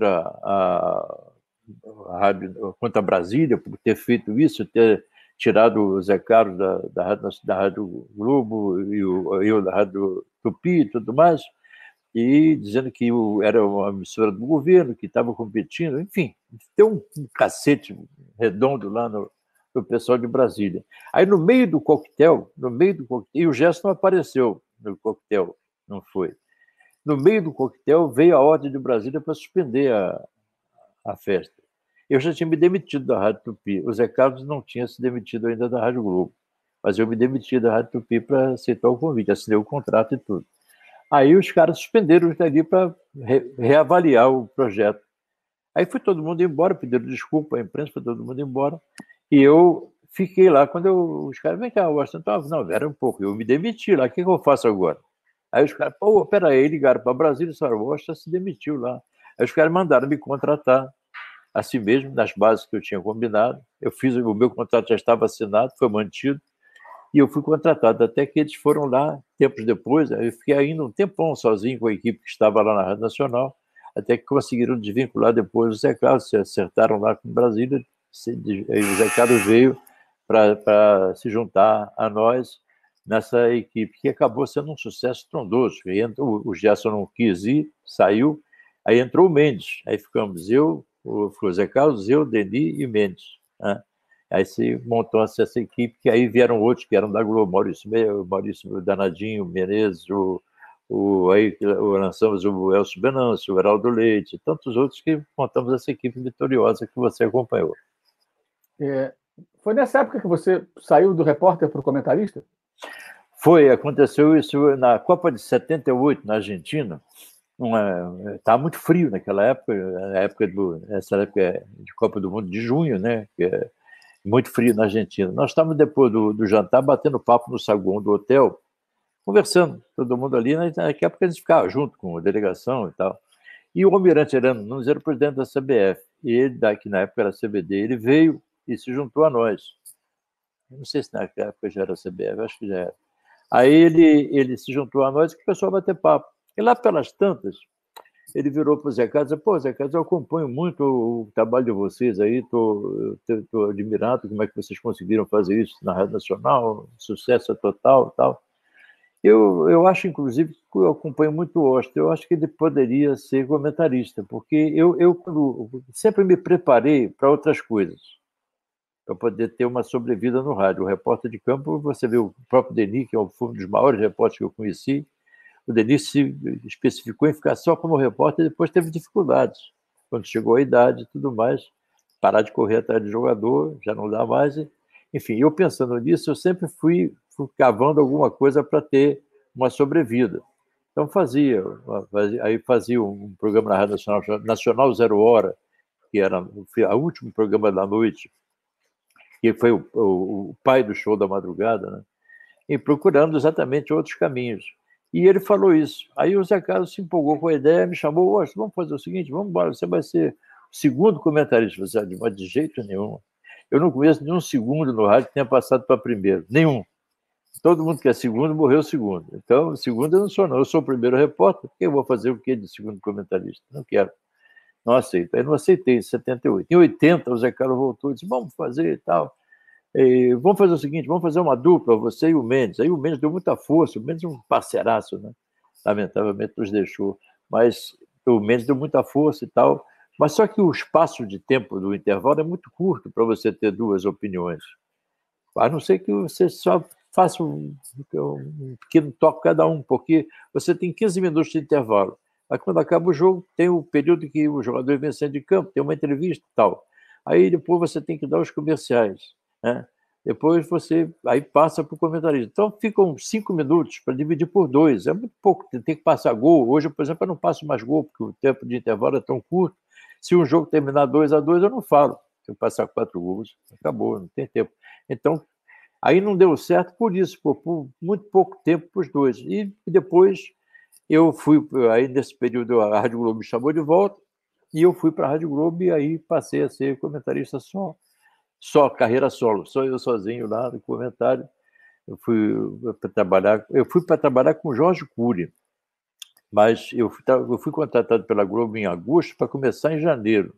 contra a Brasília por ter feito isso, ter tirado o Zé Carlos da Rádio Globo e eu da Rádio Tupi e tudo mais, e dizendo que era uma emissora do governo, que estava competindo, enfim, deu um cacete redondo lá o pessoal de Brasília. Aí, no meio do coquetel, e o Gerson não apareceu no coquetel, não foi. No meio do coquetel, veio a ordem de Brasília para suspender a festa. Eu já tinha me demitido da Rádio Tupi. O Zé Carlos não tinha se demitido ainda da Rádio Globo. Mas eu me demiti da Rádio Tupi para aceitar o convite, assinei o contrato e tudo. Aí os caras suspenderam ali para reavaliar o projeto. Aí foi todo mundo embora, pediram desculpa à imprensa, foi todo mundo embora. E eu fiquei lá. Quando os caras, vem cá, Washington, não, era um pouco. Eu me demiti lá, o que eu faço agora? Aí os caras, pô, peraí, ligaram para Brasília, o Washington se demitiu lá. Aí os caras mandaram me contratar, assim mesmo, nas bases que eu tinha combinado. Eu fiz, o meu contrato já estava assinado, foi mantido, e eu fui contratado, até que eles foram lá, tempos depois, eu fiquei ainda um tempão sozinho com a equipe que estava lá na Rádio Nacional, até que conseguiram desvincular depois o Zé Carlos, se acertaram lá com Brasília, e o Zé Carlos veio para se juntar a nós nessa equipe, que acabou sendo um sucesso trondoso. O Gerson não quis ir, saiu, aí entrou o Mendes, aí ficamos eu, o Zé Carlos, eu, Denis e Mendes, né? Aí se montou essa equipe, que aí vieram outros que eram da Globo, Maurício Danadinho, Menezes, aí lançamos o Elcio Venâncio, o Heraldo Leite, tantos outros que montamos essa equipe vitoriosa que você acompanhou. Foi nessa época que você saiu do repórter para o comentarista? Aconteceu isso na Copa de 78, na Argentina. Estava muito frio naquela época, essa época de Copa do Mundo de junho, né? Que é muito frio na Argentina. Nós estávamos, depois do jantar, batendo papo no saguão do hotel, conversando, todo mundo ali. Naquela época a gente ficava junto com a delegação e tal. E o almirante Herano Nunes era o presidente da CBF, e ele, que na época era a CBD, ele veio e se juntou a nós. Eu não sei se naquela época já era a CBF, acho que já era. Aí ele se juntou a nós e começou a bater papo. E lá pelas tantas, ele virou para o Zé Carlos e disse, pô, Zé Carlos, eu acompanho muito o trabalho de vocês aí, estou admirado como é que vocês conseguiram fazer isso na Rádio Nacional, sucesso total e tal. Eu acho, inclusive, que eu acompanho muito o Washington, eu acho que ele poderia ser comentarista, porque eu sempre me preparei para outras coisas, para poder ter uma sobrevida no rádio. O repórter de campo, você vê o próprio Denis, que foi um dos maiores repórteres que eu conheci, o Denis se especificou em ficar só como repórter e depois teve dificuldades. Quando chegou a idade e tudo mais, parar de correr atrás de jogador, já não dá mais. Enfim, eu pensando nisso, eu sempre fui cavando alguma coisa para ter uma sobrevida. Então fazia um programa na Rádio Nacional Zero Hora, que era o último programa da noite, que foi o pai do show da madrugada, né? E procurando exatamente outros caminhos. E ele falou isso. Aí o Zé Carlos se empolgou com a ideia, me chamou, vamos fazer o seguinte, vamos embora, você vai ser o segundo comentarista. Você mas de jeito nenhum. Eu não conheço nenhum segundo no rádio que tenha passado para primeiro. Nenhum. Todo mundo que é segundo, morreu segundo. Então, segundo eu não sou, não. Eu sou o primeiro repórter, porque eu vou fazer o quê de segundo comentarista? Não quero. Não aceito. Aí não aceitei em 78. Em 80, o Zé Carlos voltou e disse, vamos fazer e tal. Vamos fazer o seguinte, vamos fazer uma dupla, você e o Mendes. Aí o Mendes deu muita força, o Mendes é um parceiraço, né? Lamentavelmente nos deixou, mas o Mendes deu muita força e tal, mas só que o espaço de tempo do intervalo é muito curto para você ter duas opiniões, a não ser que você só faça um pequeno toque cada um, porque você tem 15 minutos de intervalo, aí quando acaba o jogo tem o período que o jogador vem saindo de campo, tem uma entrevista e tal, aí depois você tem que dar os comerciais, né? Depois você aí passa para o comentarista. Então ficam 5 minutos para dividir por 2. É muito pouco, tem que passar gol. Hoje, por exemplo, eu não passo mais gol, porque o tempo de intervalo é tão curto. Se um jogo terminar 2-2, eu não falo. Se eu passar 4 gols, acabou, não tem tempo. Então, aí não deu certo por isso, por muito pouco tempo para os dois. E depois eu fui, aí nesse período a Rádio Globo me chamou de volta, e eu fui para a Rádio Globo e aí passei a ser comentarista só carreira solo, só eu sozinho lá no comentário. Eu fui para trabalhar com o Jorge Cury, mas eu fui contratado pela Globo em agosto para começar em janeiro.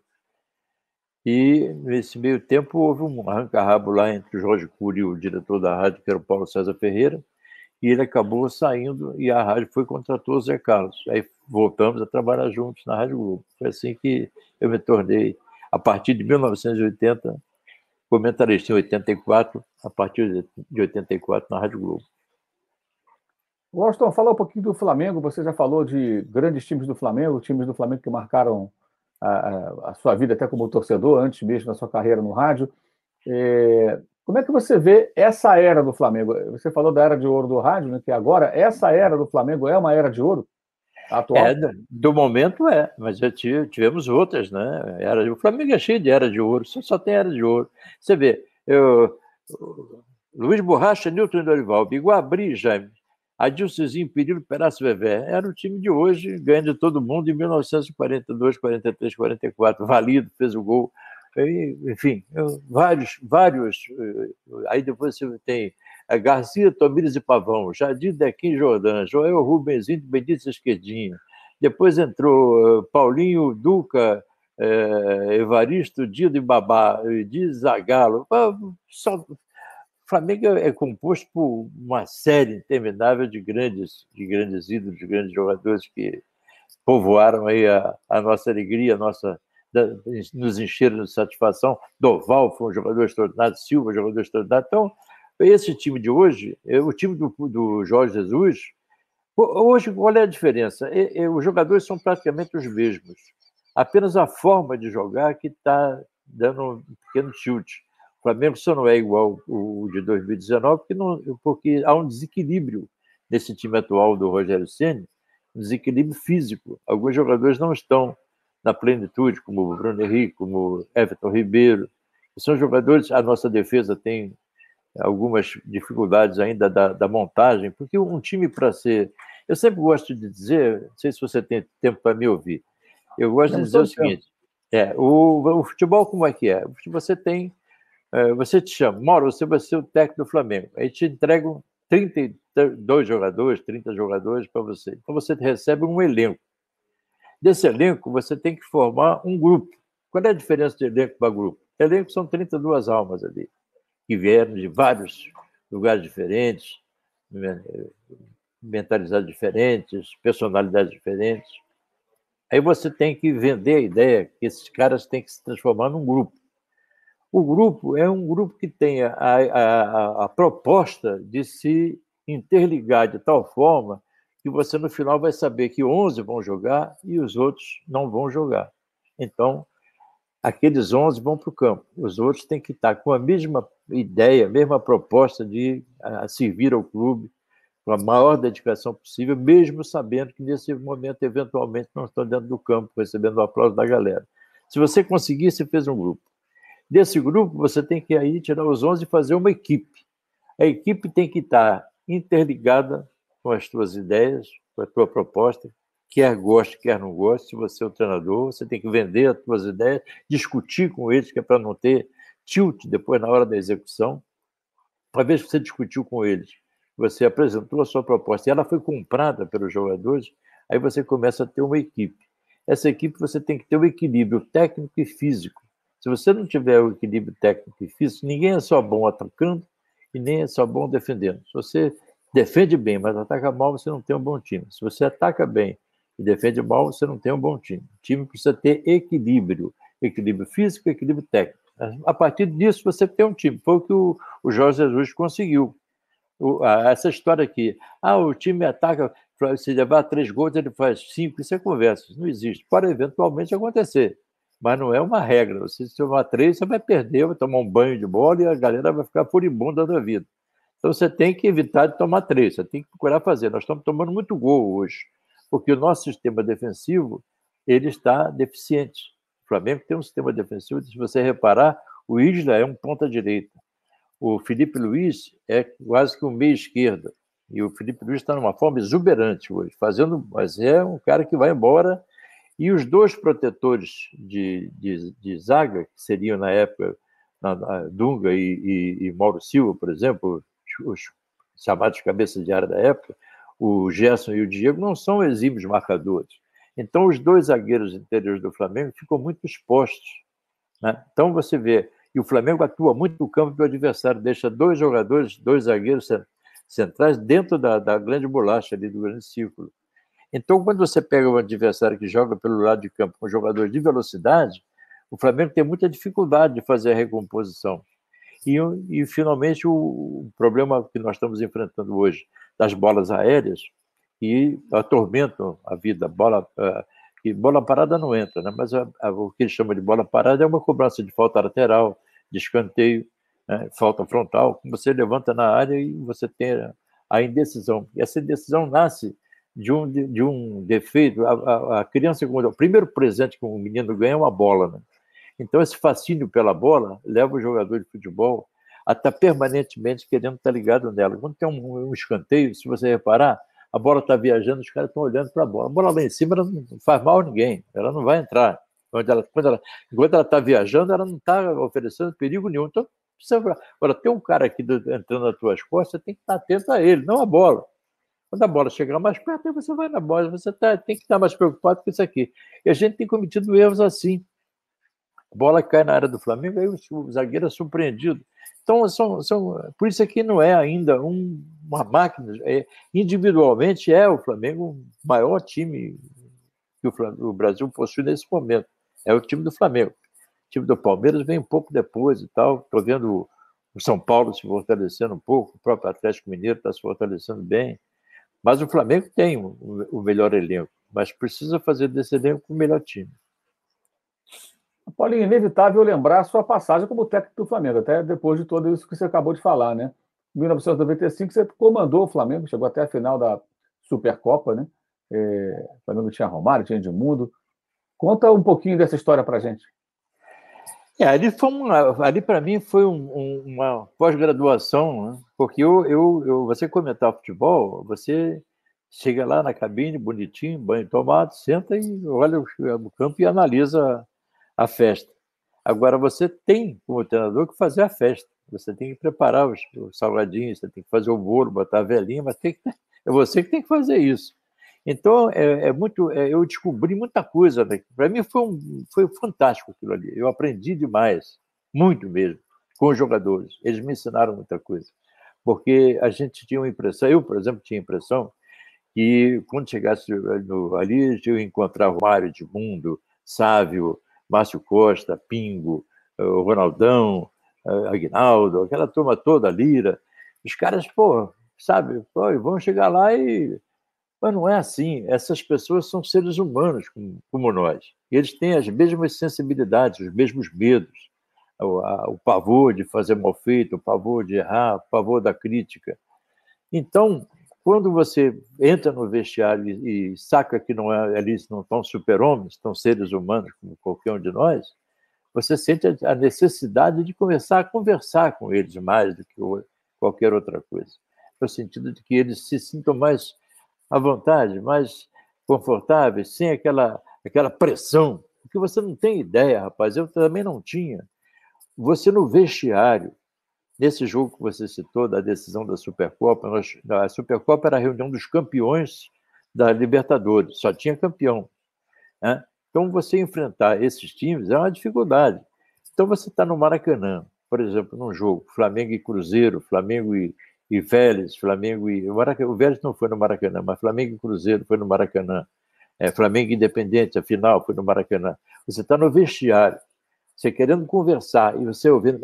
E nesse meio tempo houve um arranca-rabo lá entre o Jorge Cury e o diretor da rádio, que era o Paulo César Ferreira, e ele acabou saindo e a rádio contratou o Zé Carlos. Aí voltamos a trabalhar juntos na Rádio Globo. Foi assim que eu me tornei, a partir de 1980, comentarista em 84, a partir de 84 na Rádio Globo. Washington, fala um pouquinho do Flamengo. Você já falou de grandes times do Flamengo que marcaram a sua vida até como torcedor, antes mesmo da sua carreira no rádio. Como é que você vê essa era do Flamengo? Você falou da era de ouro do rádio, né, que agora essa era do Flamengo é uma era de ouro atual? Do momento mas já tivemos outras, né? O Flamengo é cheio de era de ouro, só tem era de ouro. Você vê, Luiz Borracha, Nilton Dorival, Biguabri, Jaime, Adilcezinho, Perillo, Perácio, Vevé. Era o time de hoje, ganhando de todo mundo em 1942, 43, 44. Valido fez o gol. Enfim, vários. Aí depois você tem Garcia, Tomires e Pavão, Jardim, Dequim, Jordan, Joel Rubenzinho, Benítez Esquerdinha. Depois entrou Paulinho, Duca, Evaristo, Dido e Babá, Diz Zagallo. O Flamengo é composto por uma série interminável de grandes ídolos, de grandes jogadores que povoaram aí a nossa alegria, nos encheram de satisfação. Doval foi um jogador extraordinário, Silva, jogador extraordinário. Então, esse time de hoje, o time do Jorge Jesus, hoje, qual é a diferença? Os jogadores são praticamente os mesmos. Apenas a forma de jogar que está dando um pequeno tilt. O Flamengo só não é igual o de 2019, porque há um desequilíbrio nesse time atual do Rogério Ceni, um desequilíbrio físico. Alguns jogadores não estão na plenitude, como o Bruno Henrique, como o Everton Ribeiro. São jogadores, a nossa defesa tem algumas dificuldades ainda da montagem, porque um time para ser... Eu sempre gosto de dizer, não sei se você tem tempo para me ouvir, eu gosto de dizer o seguinte, o futebol como é que é? Você te chama, Mauro, você vai ser o técnico do Flamengo, aí te entregam 32 jogadores, 30 jogadores para você. Então você recebe um elenco. Desse elenco, você tem que formar um grupo. Qual é a diferença de elenco para grupo? Elenco são 32 almas ali, que vieram de vários lugares diferentes, mentalidades diferentes, personalidades diferentes. Aí você tem que vender a ideia que esses caras têm que se transformar num grupo. O grupo é um grupo que tem a proposta de se interligar de tal forma que você, no final, vai saber que 11 vão jogar e os outros não vão jogar. Então, aqueles 11 vão para o campo. Os outros têm que estar com a mesma ideia, a mesma proposta de servir ao clube com a maior dedicação possível, mesmo sabendo que, nesse momento, eventualmente, não estão dentro do campo, recebendo o aplauso da galera. Se você conseguir, você fez um grupo. Desse grupo, você tem que aí tirar os 11 e fazer uma equipe. A equipe tem que estar interligada com as tuas ideias, com a tua proposta, quer goste, quer não goste. Se você é o treinador, você tem que vender as tuas ideias, discutir com eles, que é para não ter tilt depois na hora da execução. Uma vez que você discutiu com eles, você apresentou a sua proposta e ela foi comprada pelos jogadores, aí você começa a ter uma equipe. Essa equipe você tem que ter um equilíbrio técnico e físico. Se você não tiver o equilíbrio técnico e físico, ninguém é só bom atacando e nem é só bom defendendo. Se você defende bem, mas ataca mal, você não tem um bom time. Se você ataca bem e defende mal, você não tem um bom time. O time precisa ter equilíbrio físico e equilíbrio técnico. A partir disso, você tem um time. Foi o que o Jorge Jesus conseguiu. Essa história aqui, o time ataca, se levar 3 gols, ele faz 5, isso é conversa, isso não existe. Pode eventualmente acontecer, mas não é uma regra. Se tomar 3, você vai perder, vai tomar um banho de bola e a galera vai ficar furibunda da vida. Então você tem que evitar de tomar 3, você tem que procurar fazer. Nós estamos tomando muito gol hoje, porque o nosso sistema defensivo ele está deficiente. O Flamengo tem um sistema defensivo, se você reparar, o Isla é um ponta-direita. O Felipe Luiz é quase que um meia-esquerda. E o Felipe Luiz está numa forma exuberante hoje, mas é um cara que vai embora. E os 2 protetores de zaga, que seriam na época Dunga e Mauro Silva, por exemplo, os chamados cabeças de área da época, o Gerson e o Diego, não são exímios marcadores. Então, os 2 zagueiros interiores do Flamengo ficam muito expostos, né? Então, você vê, e o Flamengo atua muito no campo do adversário, deixa 2 jogadores, 2 zagueiros centrais dentro da grande bolacha ali, do grande círculo. Então, quando você pega um adversário que joga pelo lado de campo com jogadores de velocidade, o Flamengo tem muita dificuldade de fazer a recomposição. E finalmente, o problema que nós estamos enfrentando hoje das bolas aéreas, que atormentam a vida. Bola parada não entra, né? Mas o que eles chamam de bola parada é uma cobrança de falta lateral, de escanteio, né? Falta frontal, que você levanta na área e você tem a indecisão. E essa indecisão nasce de um defeito. A criança, o primeiro presente que um menino ganha é uma bola, né? Então, esse fascínio pela bola leva o jogador de futebol a estar permanentemente querendo estar ligado nela. Quando tem um escanteio, se você reparar, a bola está viajando, os caras estão olhando para a bola. A bola lá em cima ela não faz mal a ninguém, ela não vai entrar. Enquanto ela está viajando, ela não está oferecendo perigo nenhum. Então, agora, tem um cara aqui entrando nas tuas costas, você tem que estar atento a ele, não a bola. Quando a bola chegar mais perto, aí você vai na bola, você tem que estar mais preocupado com isso aqui. E a gente tem cometido erros assim. A bola cai na área do Flamengo, aí o zagueiro é surpreendido. Então, por isso aqui não é ainda uma máquina. Individualmente, o Flamengo o maior time que o Brasil possui nesse momento. É o time do Flamengo. O time do Palmeiras vem um pouco depois e tal. Estou vendo o São Paulo se fortalecendo um pouco, o próprio Atlético Mineiro está se fortalecendo bem. Mas o Flamengo tem o melhor elenco, mas precisa fazer desse elenco o melhor time. Paulinho, é inevitável lembrar a sua passagem como técnico do Flamengo, até depois de tudo isso que você acabou de falar, né? Em 1995, você comandou o Flamengo, chegou até a final da Supercopa, né? O Flamengo tinha Romário, tinha Edmundo. Conta um pouquinho dessa história para gente. Ali para mim foi uma pós-graduação, né? Porque você comentar futebol, você chega lá na cabine, bonitinho, banho tomado, senta e olha o campo e analisa a festa. Agora, você tem, como treinador, que fazer a festa. Você tem que preparar os salgadinhos, você tem que fazer o bolo, botar a velhinha, mas é você que tem que fazer isso. Então, eu descobri muita coisa. Né? Para mim, foi fantástico aquilo ali. Eu aprendi demais, muito mesmo, com os jogadores. Eles me ensinaram muita coisa. Porque a gente tinha uma impressão, eu, por exemplo, tinha a impressão que quando chegasse ali, eu ia encontrar Romário, Edmundo, Sávio, Márcio Costa, Pingo, o Ronaldão, Aguinaldo, aquela turma toda, Lira. Os caras, sabe, vão chegar lá e... Mas não é assim. Essas pessoas são seres humanos como nós. Eles têm as mesmas sensibilidades, os mesmos medos. O pavor de fazer mal feito, o pavor de errar, o pavor da crítica. Então, quando você entra no vestiário e saca que ali não estão super-homens, estão seres humanos como qualquer um de nós, você sente a necessidade de começar a conversar com eles mais do que qualquer outra coisa. No sentido de que eles se sintam mais à vontade, mais confortáveis, sem aquela pressão. Porque você não tem ideia, rapaz, eu também não tinha. Você no vestiário, nesse jogo que você citou, da decisão da Supercopa, a Supercopa era a reunião dos campeões da Libertadores, só tinha campeão. Né? Então, você enfrentar esses times é uma dificuldade. Então, você está no Maracanã, por exemplo, num jogo, Flamengo e Cruzeiro, Flamengo e Vélez, Flamengo e... O Vélez não foi no Maracanã, mas Flamengo e Cruzeiro foi no Maracanã. Flamengo e Independente, a final foi no Maracanã. Você está no vestiário, você querendo conversar, e você ouvindo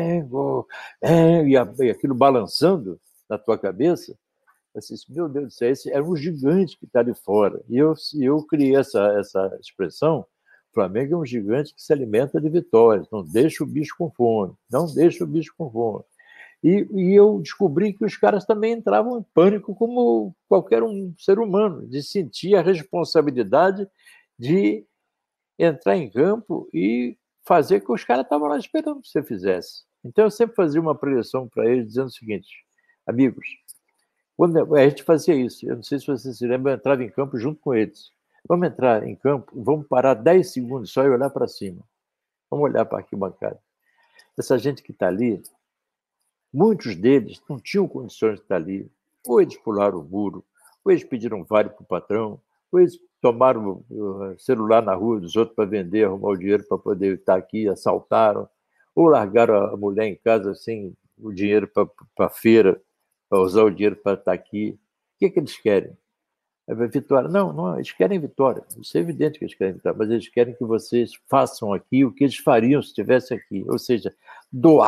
e aquilo balançando na tua cabeça, você diz, meu Deus do céu, esse é um gigante que está ali fora. E eu criei essa expressão, Flamengo é um gigante que se alimenta de vitórias, não deixa o bicho com fome, não deixa o bicho com fome. E eu descobri que os caras também entravam em pânico como qualquer um ser humano, de sentir a responsabilidade de entrar em campo e fazer o que os caras estavam lá esperando que você fizesse. Então, eu sempre fazia uma preleção para eles, dizendo o seguinte, amigos, quando a gente fazia isso, eu não sei se vocês se lembram, eu entrava em campo junto com eles. Vamos entrar em campo, vamos parar 10 segundos só e olhar para cima. Vamos olhar para a arquibancada. Essa gente que está ali, muitos deles não tinham condições de estar ali. Ou eles pularam o muro, ou eles pediram vale para o patrão, ou eles tomaram o celular na rua dos outros para vender, arrumar o dinheiro para poder estar aqui, assaltaram, ou largaram a mulher em casa sem o dinheiro para a feira, para usar o dinheiro para estar aqui. O que eles querem? Vitória? Não, eles querem vitória. Isso é evidente que eles querem vitória, mas eles querem que vocês façam aqui o que eles fariam se estivessem aqui, ou seja, doar.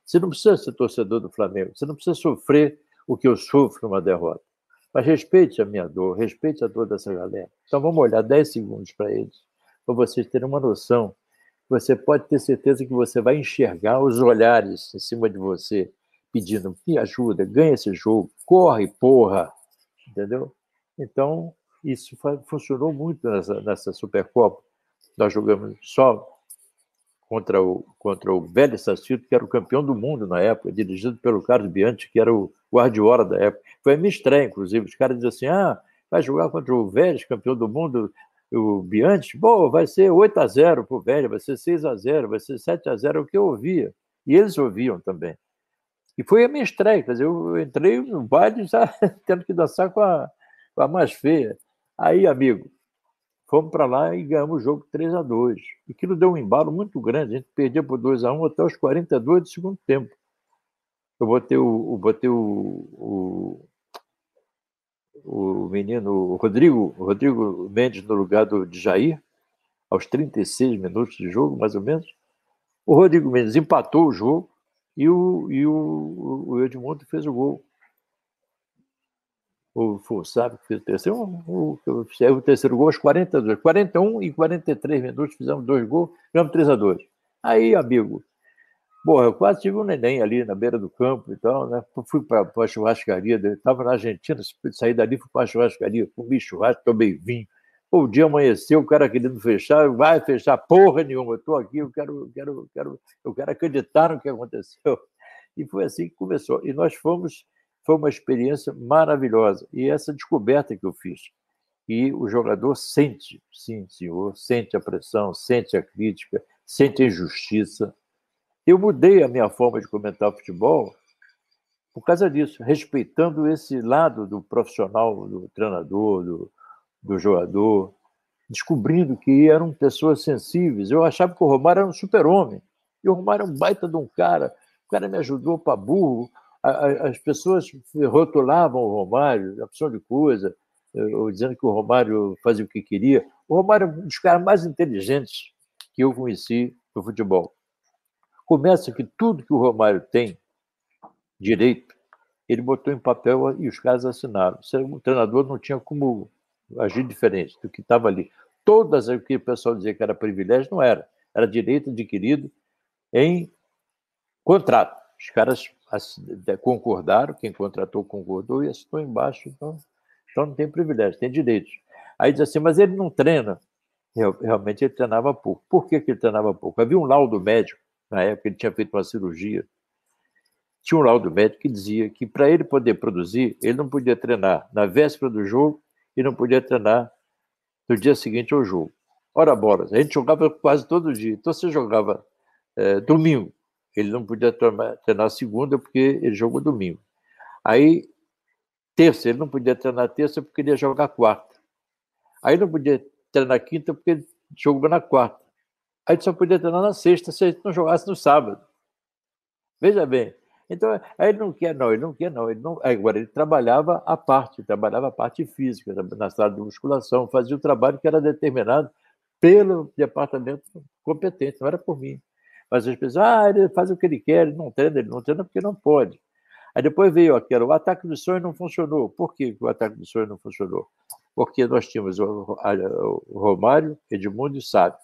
Você não precisa ser torcedor do Flamengo, você não precisa sofrer o que eu sofro numa derrota. Mas respeite a minha dor, respeite a dor dessa galera. Então vamos olhar 10 segundos para eles, para vocês terem uma noção. Você pode ter certeza que você vai enxergar os olhares em cima de você, pedindo, me ajuda, ganha esse jogo, corre, porra, entendeu? Então, isso funcionou muito nessa Supercopa. Nós jogamos só contra o Vélez Sarsfield, que era o campeão do mundo na época, dirigido pelo Carlos Bianchi, que era o Guardiola da época. Foi a minha estreia, inclusive. Os caras diziam assim, vai jogar contra o Vélez, campeão do mundo, o Bianchi? Bom, vai ser 8-0 para o Vélez, vai ser 6-0, vai ser 7-0, é o que eu ouvia. E eles ouviam também. E foi a minha estreia, quer dizer, eu entrei no baile já tendo que dançar com a mais feia. Aí, amigo, fomos para lá e ganhamos o jogo 3-2. Aquilo deu um embalo muito grande. A gente perdia por 2-1 até os 42 do segundo tempo. Eu botei o menino o Rodrigo Mendes no lugar de Jair, aos 36 minutos de jogo, mais ou menos. O Rodrigo Mendes empatou o jogo e o Edmundo fez o gol. O Fussab fez o terceiro, o terceiro gol aos 42, 41 e 43 minutos, fizemos 2 gols, ganhamos 3-2. Aí, amigo, eu quase tive um neném ali na beira do campo e tal, né? Fui para a churrascaria, estava na Argentina, saí dali, fui para a churrascaria, comi churrasco, tomei vinho. O dia amanheceu, o cara querendo fechar, vai fechar porra nenhuma, eu estou aqui, eu quero acreditar no que aconteceu. E foi assim que começou. E nós foi uma experiência maravilhosa. E essa descoberta que eu fiz. E o jogador sente, sim, senhor, sente a pressão, sente a crítica, sente a injustiça. Eu mudei a minha forma de comentar o futebol por causa disso, respeitando esse lado do profissional, do treinador, do jogador, descobrindo que eram pessoas sensíveis. Eu achava que o Romário era um super-homem. E o Romário é um baita de um cara. O cara me ajudou para burro. As pessoas rotulavam o Romário, opção de coisa, ou dizendo que o Romário fazia o que queria. O Romário é um dos caras mais inteligentes que eu conheci no futebol. Começa que tudo que o Romário tem direito, ele botou em papel e os caras assinaram. O treinador não tinha como agir diferente do que estava ali. Todas o que o pessoal dizia que era privilégio, não era. Era direito adquirido em contrato. Os caras concordaram, quem contratou concordou e assinou embaixo. Então não tem privilégio, tem direitos. Aí diz assim, mas ele não treina. Realmente ele treinava pouco. Por que ele treinava pouco? Havia um laudo médico, na época ele tinha feito uma cirurgia. Tinha um laudo médico que dizia que para ele poder produzir, ele não podia treinar na véspera do jogo e não podia treinar no dia seguinte ao jogo. Ora, bolas, a gente jogava quase todo dia. Então você jogava domingo. Ele não podia treinar segunda porque ele jogou domingo. Aí, terça, ele não podia treinar terça porque ele ia jogar quarta. Aí não podia treinar quinta porque ele jogou na quarta. Aí ele só podia treinar na sexta se ele não jogasse no sábado. Veja bem. Então, aí ele não quer. Agora, ele trabalhava a parte física, na sala de musculação, fazia o trabalho que era determinado pelo departamento competente, não era por mim. Mas as pessoas, ele faz o que ele quer, ele não treina porque não pode. Aí depois veio o ataque do sonho não funcionou. Por que o ataque do sonho não funcionou? Porque nós tínhamos o Romário, Edmundo e Sábio.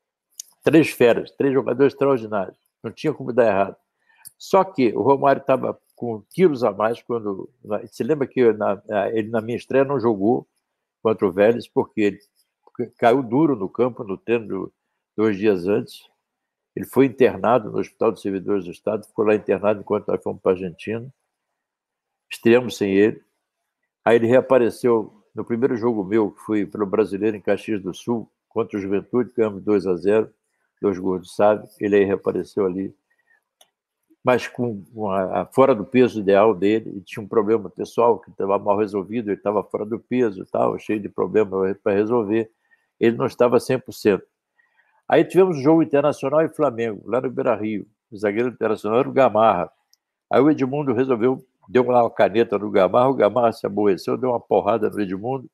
3 feras, 3 jogadores extraordinários. Não tinha como dar errado. Só que o Romário estava com quilos a mais quando... Você lembra que ele, na minha estreia, não jogou contra o Vélez porque ele caiu duro no campo, no treino 2 dias antes. Ele foi internado no Hospital dos Servidores do Estado, ficou lá internado enquanto nós fomos para a Argentina. Estreamos sem ele. Aí ele reapareceu no primeiro jogo meu, que foi pelo Brasileiro em Caxias do Sul, contra o Juventude, ganhamos 2-0, 2 gols do Sábio. Ele aí reapareceu ali, mas fora do peso ideal dele, e tinha um problema pessoal que estava mal resolvido, ele estava fora do peso e tal, cheio de problemas para resolver, ele não estava 100%. Aí tivemos o jogo Internacional e Flamengo, lá no Beira-Rio, o zagueiro internacional era o Gamarra. Aí o Edmundo deu uma caneta no Gamarra, o Gamarra se aborreceu, deu uma porrada no Edmundo.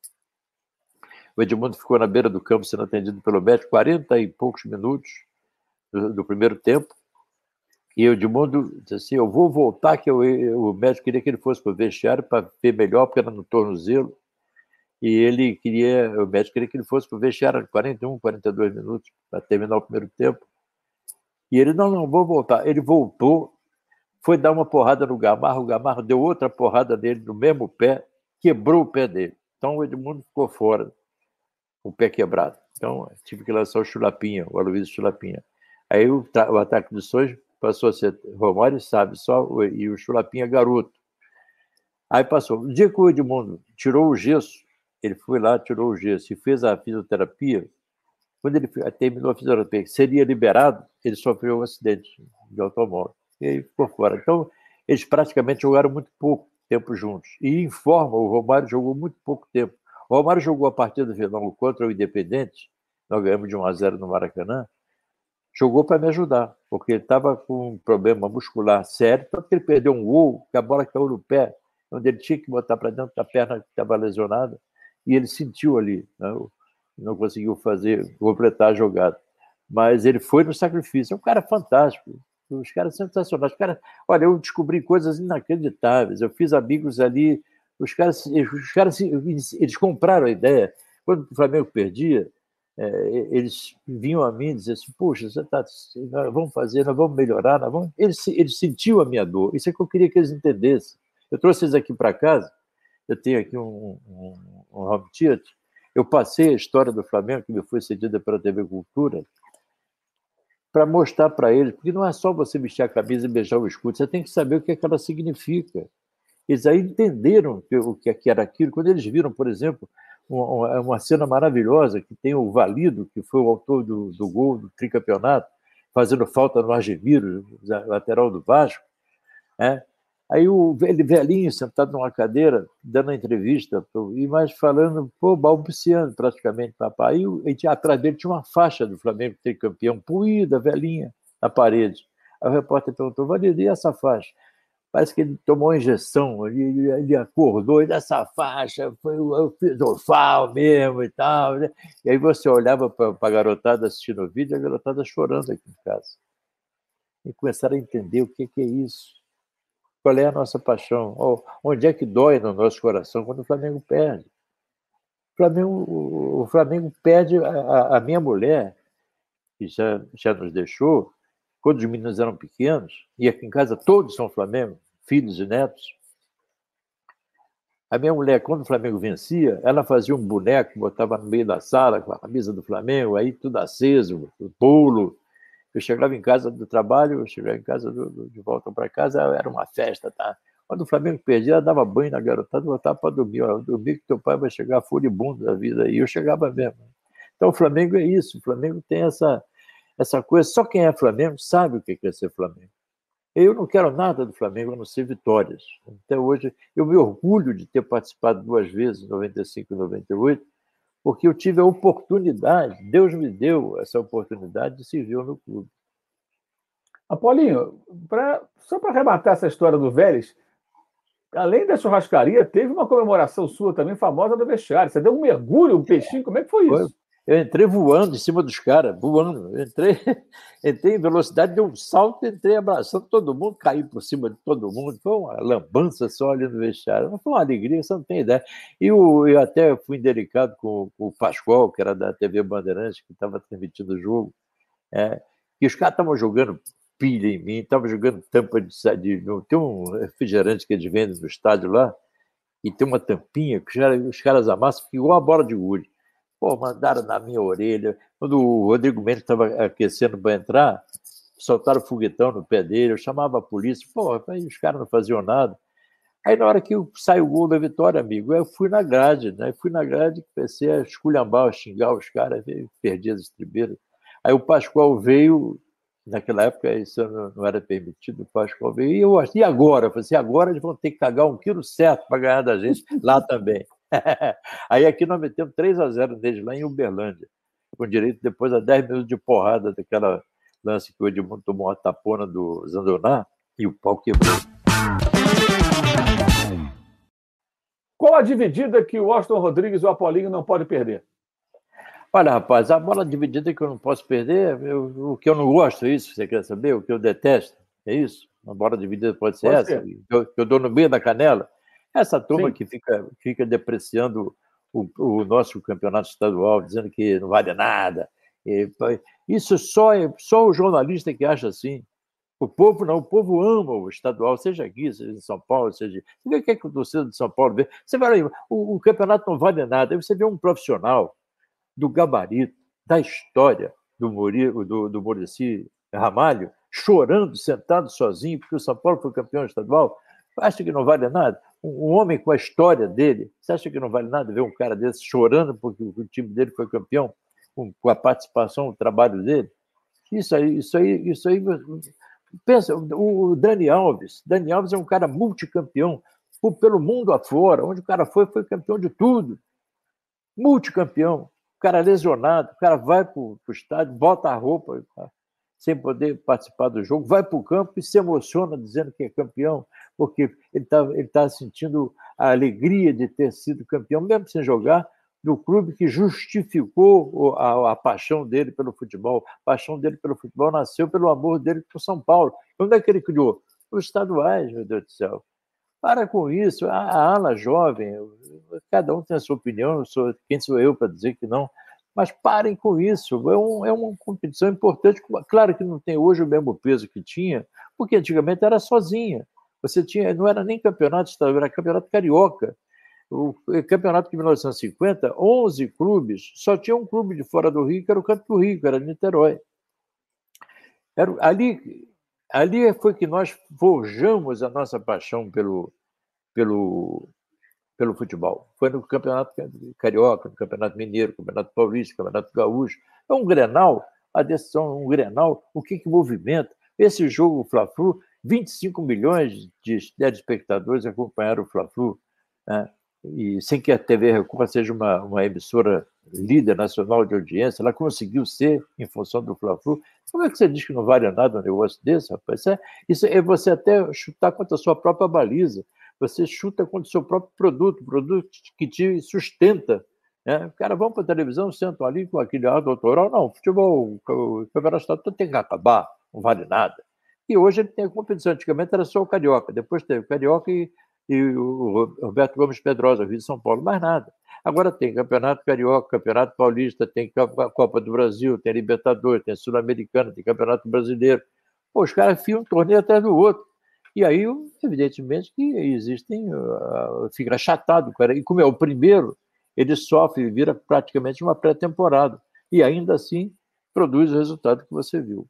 O Edmundo ficou na beira do campo sendo atendido pelo médico 40 e poucos minutos do primeiro tempo. E o Edmundo disse assim, eu vou voltar, que o médico queria que ele fosse para o vestiário para ver melhor, porque era no tornozelo. E o médico queria que ele fosse para o vestiário, 41, 42 minutos, para terminar o primeiro tempo. E ele, não, vou voltar. Ele voltou, foi dar uma porrada no Gamarra, o Gamarra deu outra porrada nele no mesmo pé, quebrou o pé dele. Então o Edmundo ficou fora, com o pé quebrado. Então tive que lançar o Chulapinha, o Aloysio Chulapinha. Aí o ataque de Sonhos passou a ser Romário, sabe, e o Chulapinha garoto. Aí passou. O dia que o Edmundo tirou o gesso, ele foi lá, tirou o gesso e fez a fisioterapia. Quando ele terminou a fisioterapia, que seria liberado, ele sofreu um acidente de automóvel. E aí ficou fora. Então, eles praticamente jogaram muito pouco tempo juntos. E em forma, o Romário jogou muito pouco tempo. O Romário jogou a partida final contra o Independente, nós ganhamos de 1-0 no Maracanã, jogou para me ajudar, porque ele estava com um problema muscular sério, tanto que ele perdeu um gol, que a bola caiu no pé, onde ele tinha que botar para dentro da perna que estava lesionada, e ele sentiu ali, né? Não conseguiu completar a jogada. Mas ele foi no sacrifício. É um cara fantástico. Os caras sensacionais. Olha, eu descobri coisas inacreditáveis. Eu fiz amigos ali. Os caras eles compraram a ideia. Quando o Flamengo perdia, eles vinham a mim e diziam assim, puxa, nós vamos fazer, nós vamos melhorar. Eles sentiam a minha dor. Isso é que eu queria que eles entendessem. Eu trouxe eles aqui para casa. Eu tenho aqui um home theater. Eu passei a história do Flamengo, que me foi cedida pela TV Cultura, para mostrar para eles, porque não é só você vestir a camisa e beijar o escudo, você tem que saber o que é que ela significa. Eles aí entenderam o que era aquilo, quando eles viram, por exemplo, uma cena maravilhosa, que tem o Valido, que foi o autor do gol do tricampeonato, fazendo falta no Argemiro, lateral do Vasco, né? Aí ele velhinho, sentado numa cadeira, dando a entrevista, e mais falando, balbuciando praticamente, papai. E atrás dele tinha uma faixa do Flamengo tricampeão, puída, velhinha, na parede. Aí o repórter perguntou, Valido, e essa faixa? Parece que ele tomou uma injeção, ele acordou, e dessa faixa foi o filosofal mesmo e tal. Né? E aí você olhava para a garotada assistindo o vídeo, a garotada chorando aqui em casa. E começaram a entender o que é isso. Qual é a nossa paixão? Onde é que dói no nosso coração quando o Flamengo perde? O Flamengo perde a minha mulher, que já nos deixou, quando os meninos eram pequenos, e aqui em casa todos são Flamengo, filhos e netos. A minha mulher, quando o Flamengo vencia, ela fazia um boneco, botava no meio da sala com a camisa do Flamengo, aí tudo aceso, bolo. Eu chegava em casa do trabalho, eu chegava em casa de volta para casa, era uma festa, tá? Quando o Flamengo perdia, ela dava banho na garotada, botava para dormir. Dormir que teu pai vai chegar furibundo da vida. E eu chegava mesmo. Então o Flamengo é isso, o Flamengo tem essa coisa. Só quem é Flamengo sabe o que é ser Flamengo. Eu não quero nada do Flamengo a não ser vitórias. Até hoje, eu me orgulho de ter participado 2 vezes, em 95 e 98, porque eu tive a oportunidade, Deus me deu essa oportunidade de servir no clube. Apolinho, só para arrematar essa história do Vélez, além da churrascaria, teve uma comemoração sua também famosa do vestiário. Você deu um mergulho, um peixinho, como é que foi isso? Eu entrei voando em cima dos caras, voando. Eu entrei em velocidade, dei um salto, entrei abraçando todo mundo, caí por cima de todo mundo. Foi uma lambança só ali no vestiário. Mas foi uma alegria, você não tem ideia. E eu até fui indelicado com o Pascoal, que era da TV Bandeirantes, que estava transmitindo o jogo. E os caras estavam jogando pilha em mim, estavam jogando tampa de... Tem um refrigerante que eles vendem no estádio lá, e tem uma tampinha que os caras amassam, fica igual uma bola de gude. Mandaram na minha orelha. Quando o Rodrigo Mendes estava aquecendo para entrar, soltaram foguetão no pé dele, eu chamava a polícia, aí os caras não faziam nada. Aí na hora que saiu o gol da vitória, amigo, eu fui na grade, né? Fui na grade, comecei a esculhambar, a xingar os caras, perdi as estribeiras. Aí o Pascoal veio, naquela época isso não era permitido, o Pascoal veio, e agora? Eu falei assim, agora eles vão ter que cagar 1 quilo certo para ganhar da gente, lá também. Aí aqui nós metemos 3-0 neles lá em Uberlândia, com direito depois a 10 minutos de porrada daquela lance que o Edmundo tomou uma tapona do Zandoná e o pau quebrou. Qual a dividida que o Washington Rodrigues e o Apolinho não podem perder? Olha, rapaz, a bola dividida que eu não posso perder, o que eu não gosto, isso você quer saber? O que eu detesto? é isso? Uma bola dividida pode ser Pode essa? ser. Eu dou no meio da canela? Essa turma Sim. que fica depreciando o nosso campeonato estadual, dizendo que não vale nada. Isso só o jornalista que acha assim. O povo não, o povo ama o estadual, seja aqui, seja em São Paulo, seja. Você vê o que é que o torcedor de São Paulo vê? Você vai aí, o campeonato não vale nada. Aí você vê um profissional do gabarito, da história do Muricy Ramalho, chorando, sentado sozinho, porque o São Paulo foi campeão estadual. Acha que não vale nada? Um homem com a história dele, você acha que não vale nada ver um cara desse chorando porque o time dele foi campeão, com a participação, o trabalho dele? Isso aí. Pensa, o Dani Alves. Dani Alves é um cara multicampeão pelo mundo afora. Onde o cara foi campeão de tudo. Multicampeão. O cara lesionado, o cara vai para o estádio, bota a roupa sem poder participar do jogo, vai para o campo e se emociona dizendo que é campeão, porque ele tá sentindo a alegria de ter sido campeão, mesmo sem jogar, do clube que justificou a paixão dele pelo futebol. A paixão dele pelo futebol nasceu pelo amor dele por São Paulo. Onde é que ele criou? Os estaduais, meu Deus do céu. Para com isso, a ala jovem, cada um tem a sua opinião, quem sou eu para dizer que não, mas parem com isso, é uma competição importante, claro que não tem hoje o mesmo peso que tinha, porque antigamente era sozinha, você tinha, não era nem campeonato estadual, era campeonato carioca, o campeonato de 1950, 11 clubes, só tinha um clube de fora do Rio, que era o Canto do Rio, que era Niterói. Ali foi que nós forjamos a nossa paixão pelo futebol. Foi no Campeonato Carioca, no Campeonato Mineiro, Campeonato Paulista, Campeonato Gaúcho. É um Grenal, a decisão é um Grenal, o que movimenta? Esse jogo, o Fla-Flu, 25 milhões de espectadores acompanharam o Fla-Flu, né? E sem que a TV Record seja uma emissora líder nacional de audiência, ela conseguiu ser em função do Fla-Flu. Como é que você diz que não vale nada um negócio desse, rapaz? Isso é você até chutar contra a sua própria baliza. Você chuta contra o seu próprio produto que te sustenta. Né? Os caras vão para a televisão, sentam ali com aquele ar doutoral. Não, futebol, o campeonato estadual tem que acabar, não vale nada. E hoje ele tem a competição. Antigamente era só o Carioca, depois teve o Carioca e o Roberto Gomes Pedrosa, Rio de São Paulo, mais nada. Agora tem Campeonato Carioca, Campeonato Paulista, tem a Copa do Brasil, tem a Libertadores, tem a Sul-Americana, tem Campeonato Brasileiro. Pô, os caras fiam um torneio atrás do outro. E aí, evidentemente, que existem, fica achatado, cara. E como é o primeiro, ele sofre e vira praticamente uma pré-temporada. E ainda assim, produz o resultado que você viu.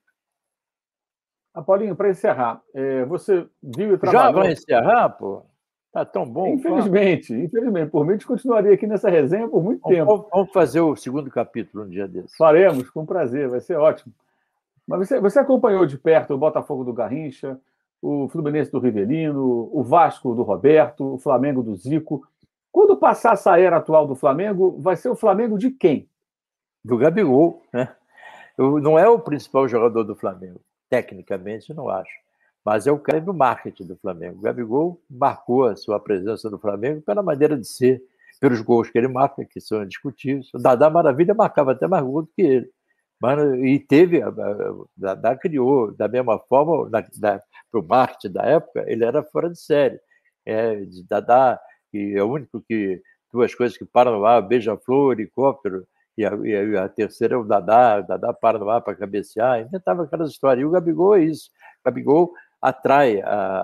Paulinho, para encerrar, você viu e trabalhou... Já vai encerrar, pô? Tá tão bom. Infelizmente, por mim, a gente continuaria aqui nessa resenha por muito tempo. Vamos fazer o segundo capítulo um dia desses. Faremos, com prazer, vai ser ótimo. Mas você acompanhou de perto o Botafogo do Garrincha, o Fluminense do Rivelino, o Vasco do Roberto, o Flamengo do Zico. Quando passar essa era atual do Flamengo, vai ser o Flamengo de quem? Do Gabigol, né? Não é o principal jogador do Flamengo, tecnicamente, não acho. Mas é o cara do marketing do Flamengo. O Gabigol marcou a sua presença no Flamengo pela maneira de ser, pelos gols que ele marca, que são indiscutíveis. O Dadá Maravilha marcava até mais gol do que ele. E teve, Dadá criou, da mesma forma, para o marketing da época, ele era fora de série. De Dadá, que é o único que, duas coisas que param no ar, beija-flor, helicóptero, e a terceira é o Dadá para no ar para cabecear, inventava aquelas histórias. E o Gabigol é isso. O Gabigol atrai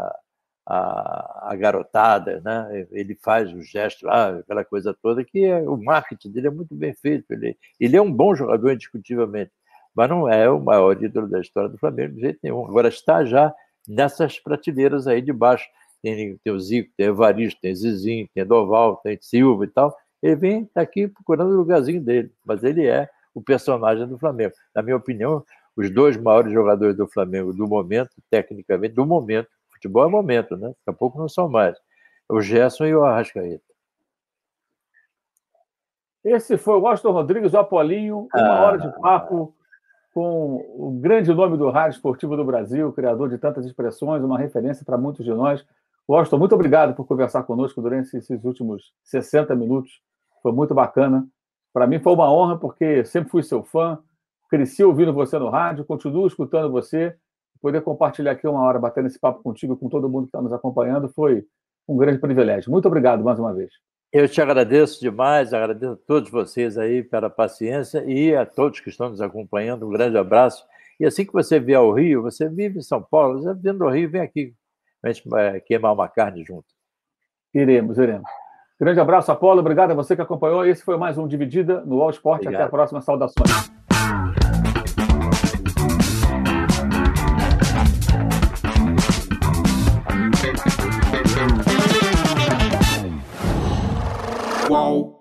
a garotada, né? Ele faz o gesto lá, aquela coisa toda, que o marketing dele é muito bem feito. Ele é um bom jogador, indiscutivelmente, mas não é o maior ídolo da história do Flamengo de jeito nenhum. Agora está já nessas prateleiras aí de baixo. Tem o Zico, tem o Evaristo, tem o Zizinho, tem o Doval, tem o Silva e tal. Ele vem aqui procurando o lugarzinho dele, mas ele é o personagem do Flamengo. Na minha opinião, os dois maiores jogadores do Flamengo do momento, tecnicamente, do momento, futebol é momento, né? Daqui a pouco não são mais. O Gerson e o Arrascaeta. Esse foi o Washington Rodrigues, o Apolinho, uma hora de papo com o grande nome do rádio esportivo do Brasil, criador de tantas expressões, uma referência para muitos de nós. Washington, muito obrigado por conversar conosco durante esses últimos 60 minutos. Foi muito bacana. Para mim foi uma honra, porque sempre fui seu fã, cresci ouvindo você no rádio, continuo escutando você. poder compartilhar aqui uma hora, batendo esse papo contigo, com todo mundo que está nos acompanhando, foi um grande privilégio. Muito obrigado mais uma vez. Eu te agradeço demais, agradeço a todos vocês aí pela paciência e a todos que estão nos acompanhando. Um grande abraço. E assim que você vier ao Rio, você vive em São Paulo, você vindo ao Rio, vem aqui, a gente vai queimar uma carne junto. Iremos. Grande abraço, Apolo. Obrigado a você que acompanhou. Esse foi mais um Dividida no All Sport. Até a próxima. Saudações. Wow.